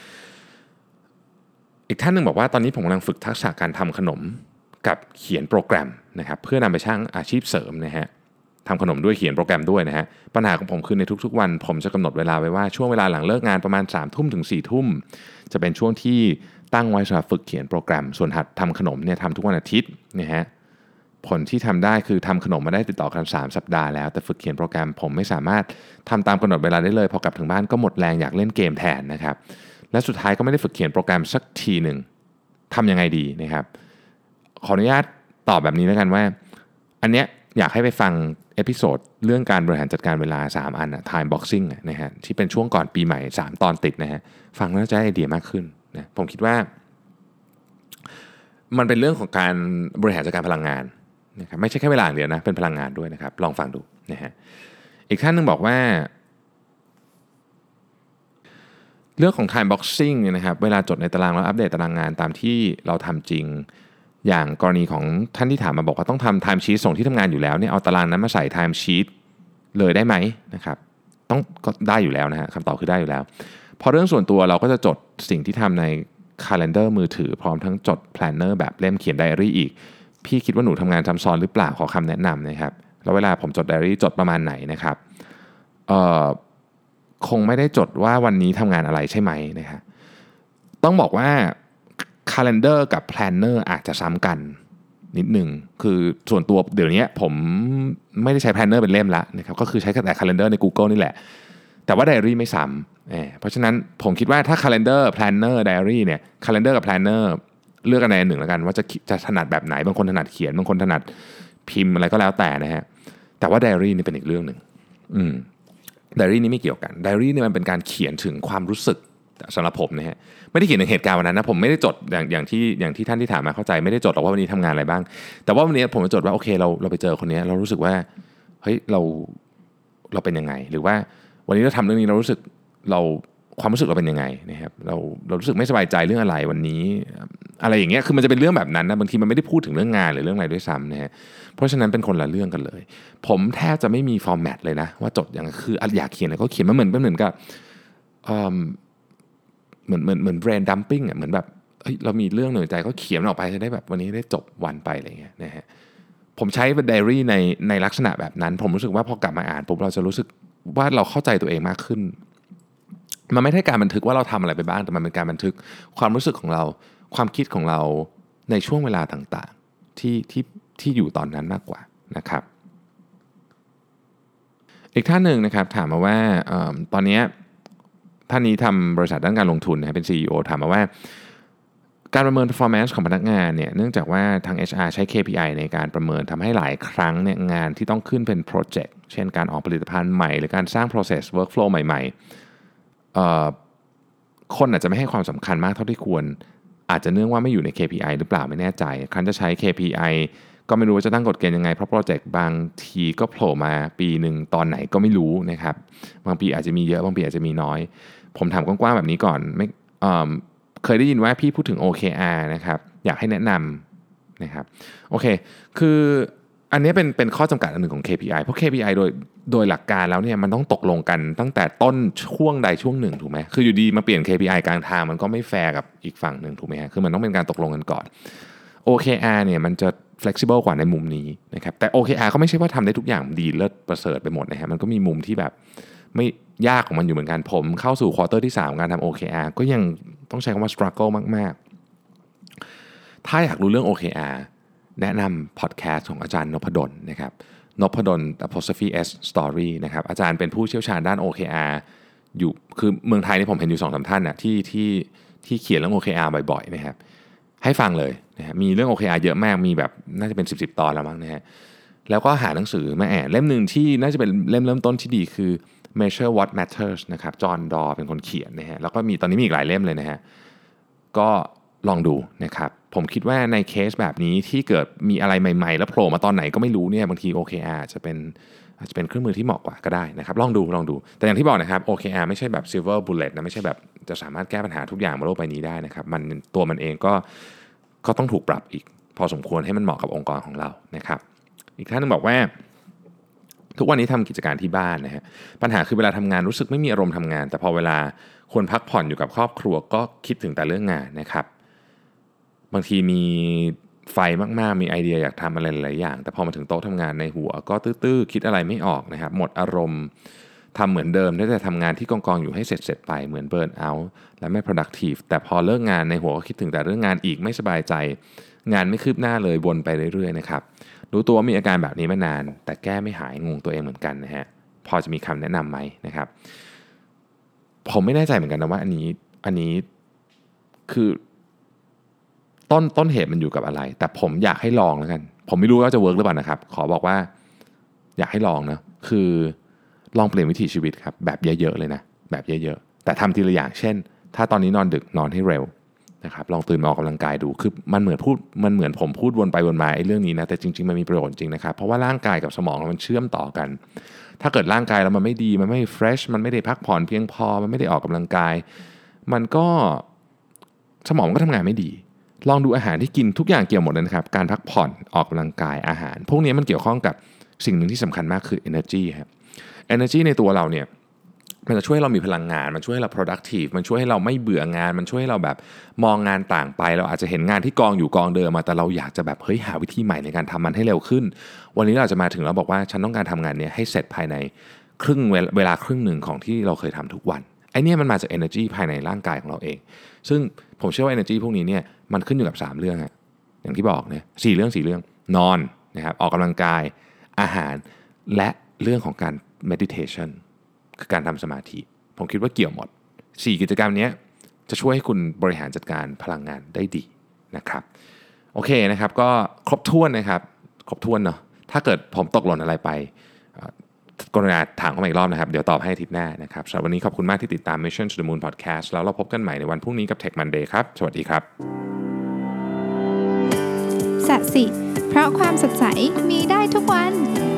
[SPEAKER 3] อีกท่านหนึ่งบอกว่าตอนนี้ผมกำลังฝึกทักษะการทำขนมกับเขียนโปรแกรมนะครับเพื่อนำไปสร้างอาชีพเสริมนะฮะทำขนมด้วยเขียนโปรแกรมด้วยนะฮะปัญหาของผมคือในทุกๆวันผมจะกำหนดเวลาไว้ว่าช่วงเวลาหลังเลิกงานประมาณสามทุ่มถึงสี่ทุ่มจะเป็นช่วงที่ตั้งไว้สำหรับฝึกเขียนโปรแกรมส่วนหัดทำขนมเนี่ยทำทุกวันอาทิตย์นะฮะผลที่ทำได้คือทำขนมมาได้ติดต่อกันสามสัปดาห์แล้วแต่ฝึกเขียนโปรแกรมผมไม่สามารถทำตามกำหนดเวลาได้เลยพอกลับถึงบ้านก็หมดแรงอยากเล่นเกมแทนนะครับและสุดท้ายก็ไม่ได้ฝึกเขียนโปรแกรมสักทีหนึ่งทำยังไงดีนะครับขออนุญาตตอบแบบนี้แล้วกันว่าอันเนี้ยอยากให้ไปฟังเอพิโซดเรื่องการบริหารจัดการเวลาสามอันนะ time boxing นะฮะที่เป็นช่วงก่อนปีใหม่สามตอนติดนะฮะฟังแล้วจะได้ไอเดียมากขึ้นนะผมคิดว่ามันเป็นเรื่องของการบริหารจัดการพลังงานนะครับไม่ใช่แค่เวลาอย่างเดียวนะเป็นพลังงานด้วยนะครับลองฟังดูนะฮะอีกท่านนึงบอกว่าเรื่องของ time boxing เนี่ยนะครับเวลาจดในตารางแล้วอัปเดตตารางงานตามที่เราทำจริงอย่างกรณีของท่านที่ถามมาบอกว่าต้องทำ time sheet ส่งที่ทำงานอยู่แล้วเนี่ยเอาตารางนั้นมาใส่ time sheet เลยได้ไหมนะครับต้องก็ได้อยู่แล้วนะฮะคำตอบคือได้อยู่แล้วพอเรื่องส่วนตัวเราก็จะจดสิ่งที่ทำใน calendar มือถือพร้อมทั้งจด planner แบบเล่มเขียนไดอารี่อีกพี่คิดว่าหนูทำงานซ้ำซ้อนหรือเปล่าขอคำแนะนำนะครับแล้วเวลาผมจดไดอารี่จดประมาณไหนนะครับเอ่อคงไม่ได้จดว่าวันนี้ทำงานอะไรใช่ไหมนะครับต้องบอกว่า calendar กับ planner อาจจะซ้ำกันนิดนึงคือส่วนตัวเดี๋ยวนี้ผมไม่ได้ใช้ planner เป็นเล่มละนะครับก็คือใช้แต่ calendar ใน Google นี่แหละแต่ว่า diary ไม่ซ้ำเ, เพราะฉะนั้นผมคิดว่าถ้า calendar planner diary เนี่ย calendar กับ planner เลือกอันใดอันหนึ่งแล้วกันว่าจะจะถนัดแบบไหนบางคนถนัดเขียนบางคนถนัดพิมพ์อะไรก็แล้วแต่นะฮะแต่ว่า diary นี่เป็นอีกเรื่องหนึ่งอืม diary นี่ไม่เกี่ยวกัน diary นี่มันเป็นการเขียนถึงความรู้สึกสำหรับผมนะฮะไม่ได้เขียนถึงเหตุการณ์วันนั้นนะผมไม่ได้จดอย่างอย่างที่อย่างที่ท่านที่ถามมาเข้าใจไม่ได้จดหรอกว่าวันนี้ทำงานอะไรบ้างแต่ว่าวันนี้ผมจะจดว่าโอเคเราเราไปเจอคนนี้เรารู้สึกว่าเฮ้ยเราเราเป็นยังไงหรือว่าวันนี้เราทำเรื่องนี้เรารู้สึกเราความรู้สึกเราเป็นยังไงนะครับเราเรารู้สึกไม่สบายใจเรื่องอะไรวันนี้อะไรอย่างเงี้ยคือมันจะเป็นเรื่องแบบนั้นนะบางทีมันไม่ได้พูดถึงเรื่องงานหรือเรื่องอะไรด้วยซ้ำนะฮะเพราะฉะนั้นเป็นคนละเรื่องกันเลยผมแทบจะไม่มีฟอร์แมตเลยนะว่าจดอย่างคืออยากเขียนอะไรก็เขียนมันเหมือนเหมือนกับเหมือนเหมือนเหมือน brain dumping อ่ะเหมือนแบบเฮ้ยเรามีเรื่องหนึ่งใจก็เขียนออกไปจะได้แบบวันนี้ได้จบวันไปอะไรเงี้ยนะฮะผมใช้เป็นไดอารี่ในในลักษณะแบบนั้นผมรู้สึกว่าพอกลับมาอ่านปุ๊บเราจะรู้สึกว่าเราเข้าใจตัวเองมากขึ้นมันไม่ใช่การบันทึกว่าเราทำอะไรไปบ้างแต่มันเป็นการบันทึกความรู้สึกของเราความคิดของเราในช่วงเวลาต่างๆที่ที่ที่อยู่ตอนนั้นมากกว่านะครับอีกท่านหนึ่งนะครับถามมาว่าอตอนนี้ท่านนี้ทำบริษัทด้านการลงทุนนะเป็น ซี อี โอ ถามมาว่าการประเมิน performance ของพนักงานเนี่ยเนื่องจากว่าทาง เอช อาร์ ใช้ เค พี ไอ ในการประเมินทำให้หลายครั้งเนี่ยงานที่ต้องขึ้นเป็นโปรเจกต์เช่นการออกผลิตภัณฑ์ใหม่หรือการสร้าง process workflow ใหม่ๆคนอาจจะไม่ให้ความสำคัญมากเท่าที่ควรอาจจะเนื่องว่าไม่อยู่ใน เค พี ไอ หรือเปล่าไม่แน่ใจครั้นจะใช้ เค พี ไอ ก็ไม่รู้ว่าจะตั้งกฎเกณฑ์ยังไงเพราะโปรเจกต์บางทีก็โผล่มาปีหนึ่งตอนไหนก็ไม่รู้นะครับบางปีอาจจะมีเยอะบางปีอาจจะมีน้อยผมถามกว้างๆแบบนี้ก่อนไม่เคยได้ยินว่าพี่พูดถึง โอ เค อาร์ นะครับอยากให้แนะนำนะครับโอเคคืออันนี้เป็นเป็นข้อจำกัดอันหนึ่งของ เค พี ไอ เพราะ เค พี ไอ โดยโดยหลักการแล้วเนี่ยมันต้องตกลงกันตั้งแต่ต้นช่วงใดช่วงหนึ่งถูกไหมคืออยู่ดีมาเปลี่ยน เค พี ไอ กลางทางมันก็ไม่แฟร์กับอีกฝั่งหนึ่งถูกไหมฮะคือมันต้องเป็นการตกลงกันก่อน โอ เค อาร์ เนี่ยมันจะ flexible กว่าในมุมนี้นะครับแต่ โอ เค อาร์ ก็ไม่ใช่ว่าทำได้ทุกอย่างดีเลิศประเสริฐไปหมดนะฮะมันก็มีมุมที่แบบไม่ยากของมันอยู่เหมือนกันผมเข้าสู่ควอเตอร์ที่สามการทำ โอ เค อาร์ ก็ยังต้องใช้คำว่า struggle มากๆถ้าอยากรู้เรื่อง โอ เค อาร์ แนะนำพอดแคสต์ของอาจารย์นพดลนะครับนพดล apostrophe s story นะครับอาจารย์เป็นผู้เชี่ยวชาญด้าน โอ เค อาร์ อยู่คือเมืองไทยนี่ผมเห็นอยู่ สองสาม ท่านน่ะที่ที่ที่เขียนเรื่อง โอ เค อาร์ บ่อยๆนะครับให้ฟังเลยนะฮะมีเรื่อง โอ เค อาร์ เยอะมากมีแบบน่าจะเป็นสิบ สิบตอนแล้วมั้งนะฮะแล้วก็หาหนังสือมาอ่านเล่มนึงที่น่าจะเป็นเล่มเริ่มต้นที่ดีคือ Measure What Matters นะครับจอห์นดอเป็นคนเขียนนะฮะแล้วก็มีตอนนี้มีอีกหลายเล่มเลยนะฮะก็ลองดูนะครับผมคิดว่าในเคสแบบนี้ที่เกิดมีอะไรใหม่ๆแล้วโผล่มาตอนไหนก็ไม่รู้เนี่ยบางที โอ เค อาร์ จะเป็นอาจจะเป็นเครื่องมือที่เหมาะกว่าก็ได้นะครับลองดูลองดูแต่อย่างที่บอกนะครับ โอ เค อาร์ ไม่ใช่แบบ silver bullet นะไม่ใช่แบบจะสามารถแก้ปัญหาทุกอย่างบนโลกใบนี้ได้นะครับมันตัวมันเองก็ก็ต้องถูกปรับอีกพอสมควรให้มันเหมาะกับองค์กรของเรานะครับอีกท่านนึงบอกว่าทุกวันนี้ทำกิจการที่บ้านนะฮะปัญหาคือเวลาทำงานรู้สึกไม่มีอารมณ์ทำงานแต่พอเวลาควรพักผ่อนอยู่กับครอบครัวก็คิดถึงแต่เรื่องงานนะครับบางทีมีไฟมากๆมีไอเดียอยากทำอะไรหลายอย่างแต่พอมาถึงโต๊ะทำงานในหัวก็ตื้อๆคิดอะไรไม่ออกนะครับหมดอารมณ์ทำเหมือนเดิมได้แต่ทำงานที่กองๆอยู่ให้เสร็จๆไปเหมือนเบิร์นเอาท์และไม่ productive แต่พอเลิกงานในหัวก็คิดถึงแต่เรื่องงานอีกไม่สบายใจงานไม่คืบหน้าเลยวนไปเรื่อยๆนะครับรู้ตัวว่ามีอาการแบบนี้มานานแต่แก้ไม่หายงงตัวเองเหมือนกันนะฮะพอจะมีคำแนะนำไหมนะครับผมไม่แน่ใจเหมือนกันนะว่าอันนี้อันนี้คือต้นต้นเหตุมันอยู่กับอะไรแต่ผมอยากให้ลองแล้วกันผมไม่รู้ว่าจะเวิร์กหรือเปล่านะครับขอบอกว่าอยากให้ลองนะคือลองเปลี่ยนวิถีชีวิตครับแบบเยอะๆเลยนะแบบเยอะๆแต่ทำทีละอย่างเช่นถ้าตอนนี้นอนดึกนอนให้เร็วนะครับลองตื่นมาออกกำลังกายดูคือมันเหมือนพูดมันเหมือนผมพูดวนไปวนมาไอ้เรื่องนี้นะแต่จริงๆมันมีประโยชน์จริงนะครับเพราะว่าร่างกายกับสมองมันเชื่อมต่อกันถ้าเกิดร่างกายเรามันไม่ดีมันไม่เฟรชมันไม่ได้พักผ่อนเพียงพอมันไม่ได้ออกกำลังกายมันก็สมองมันก็ทำงานไม่ดีลองดูอาหารที่กินทุกอย่างเกี่ยวหมดเลยนะครับการพักผ่อนออกกำลังกายอาหารพวกนี้มันเกี่ยวข้องกับสิ่งหนึ่งที่สำคัญมากคือ energy ครับ energy ในตัวเราเนี่ยมันจะช่วยให้เรามีพลังงานมันช่วยให้เรา productive มันช่วยให้เราไม่เบื่องานมันช่วยให้เราแบบมองงานต่างไปเราอาจจะเห็นงานที่กองอยู่กองเดิมมาแต่เราอยากจะแบบเฮ้ยหาวิธีใหม่ในการทำมันให้เร็วขึ้นวันนี้เราจะมาถึงแล้วบอกว่าฉันต้องการทำงานนี้ให้เสร็จภายในครึ่งเวลาครึ่งหนึ่งของที่เราเคยทำทุกวันไอ้นี่มันมาจาก energy ภายในร่างกายของเราเองซึ่งผมเชื่อว่า energy พวกนี้เนี่ยมันขึ้นอยู่กับสามเรื่องฮะอย่างที่บอกเนี่ยสี่เรื่องสี่เรื่องนอนนะครับออกกำลังกายอาหารและเรื่องของการ meditation คือการทำสมาธิผมคิดว่าเกี่ยวหมดสี่กิจกรรมนี้จะช่วยให้คุณบริหารจัดการพลังงานได้ดีนะครับโอเคนะครับก็ครบถ้วนนะครับครบถ้วนเนาะถ้าเกิดผมตกหล่นอะไรไปกรุณาถามเข้ามาอีกรอบนะครับเดี๋ยวตอบให้อาทิตย์หน้านะครับสำหรับวันนี้ขอบคุณมากที่ติดตาม Mission to the Moon Podcast แล้วเราพบกันใหม่ในวันพรุ่งนี้กับ Tech Monday ครับสวัสดีครับ
[SPEAKER 1] สัสิเพราะความสดใสมีได้ทุกวัน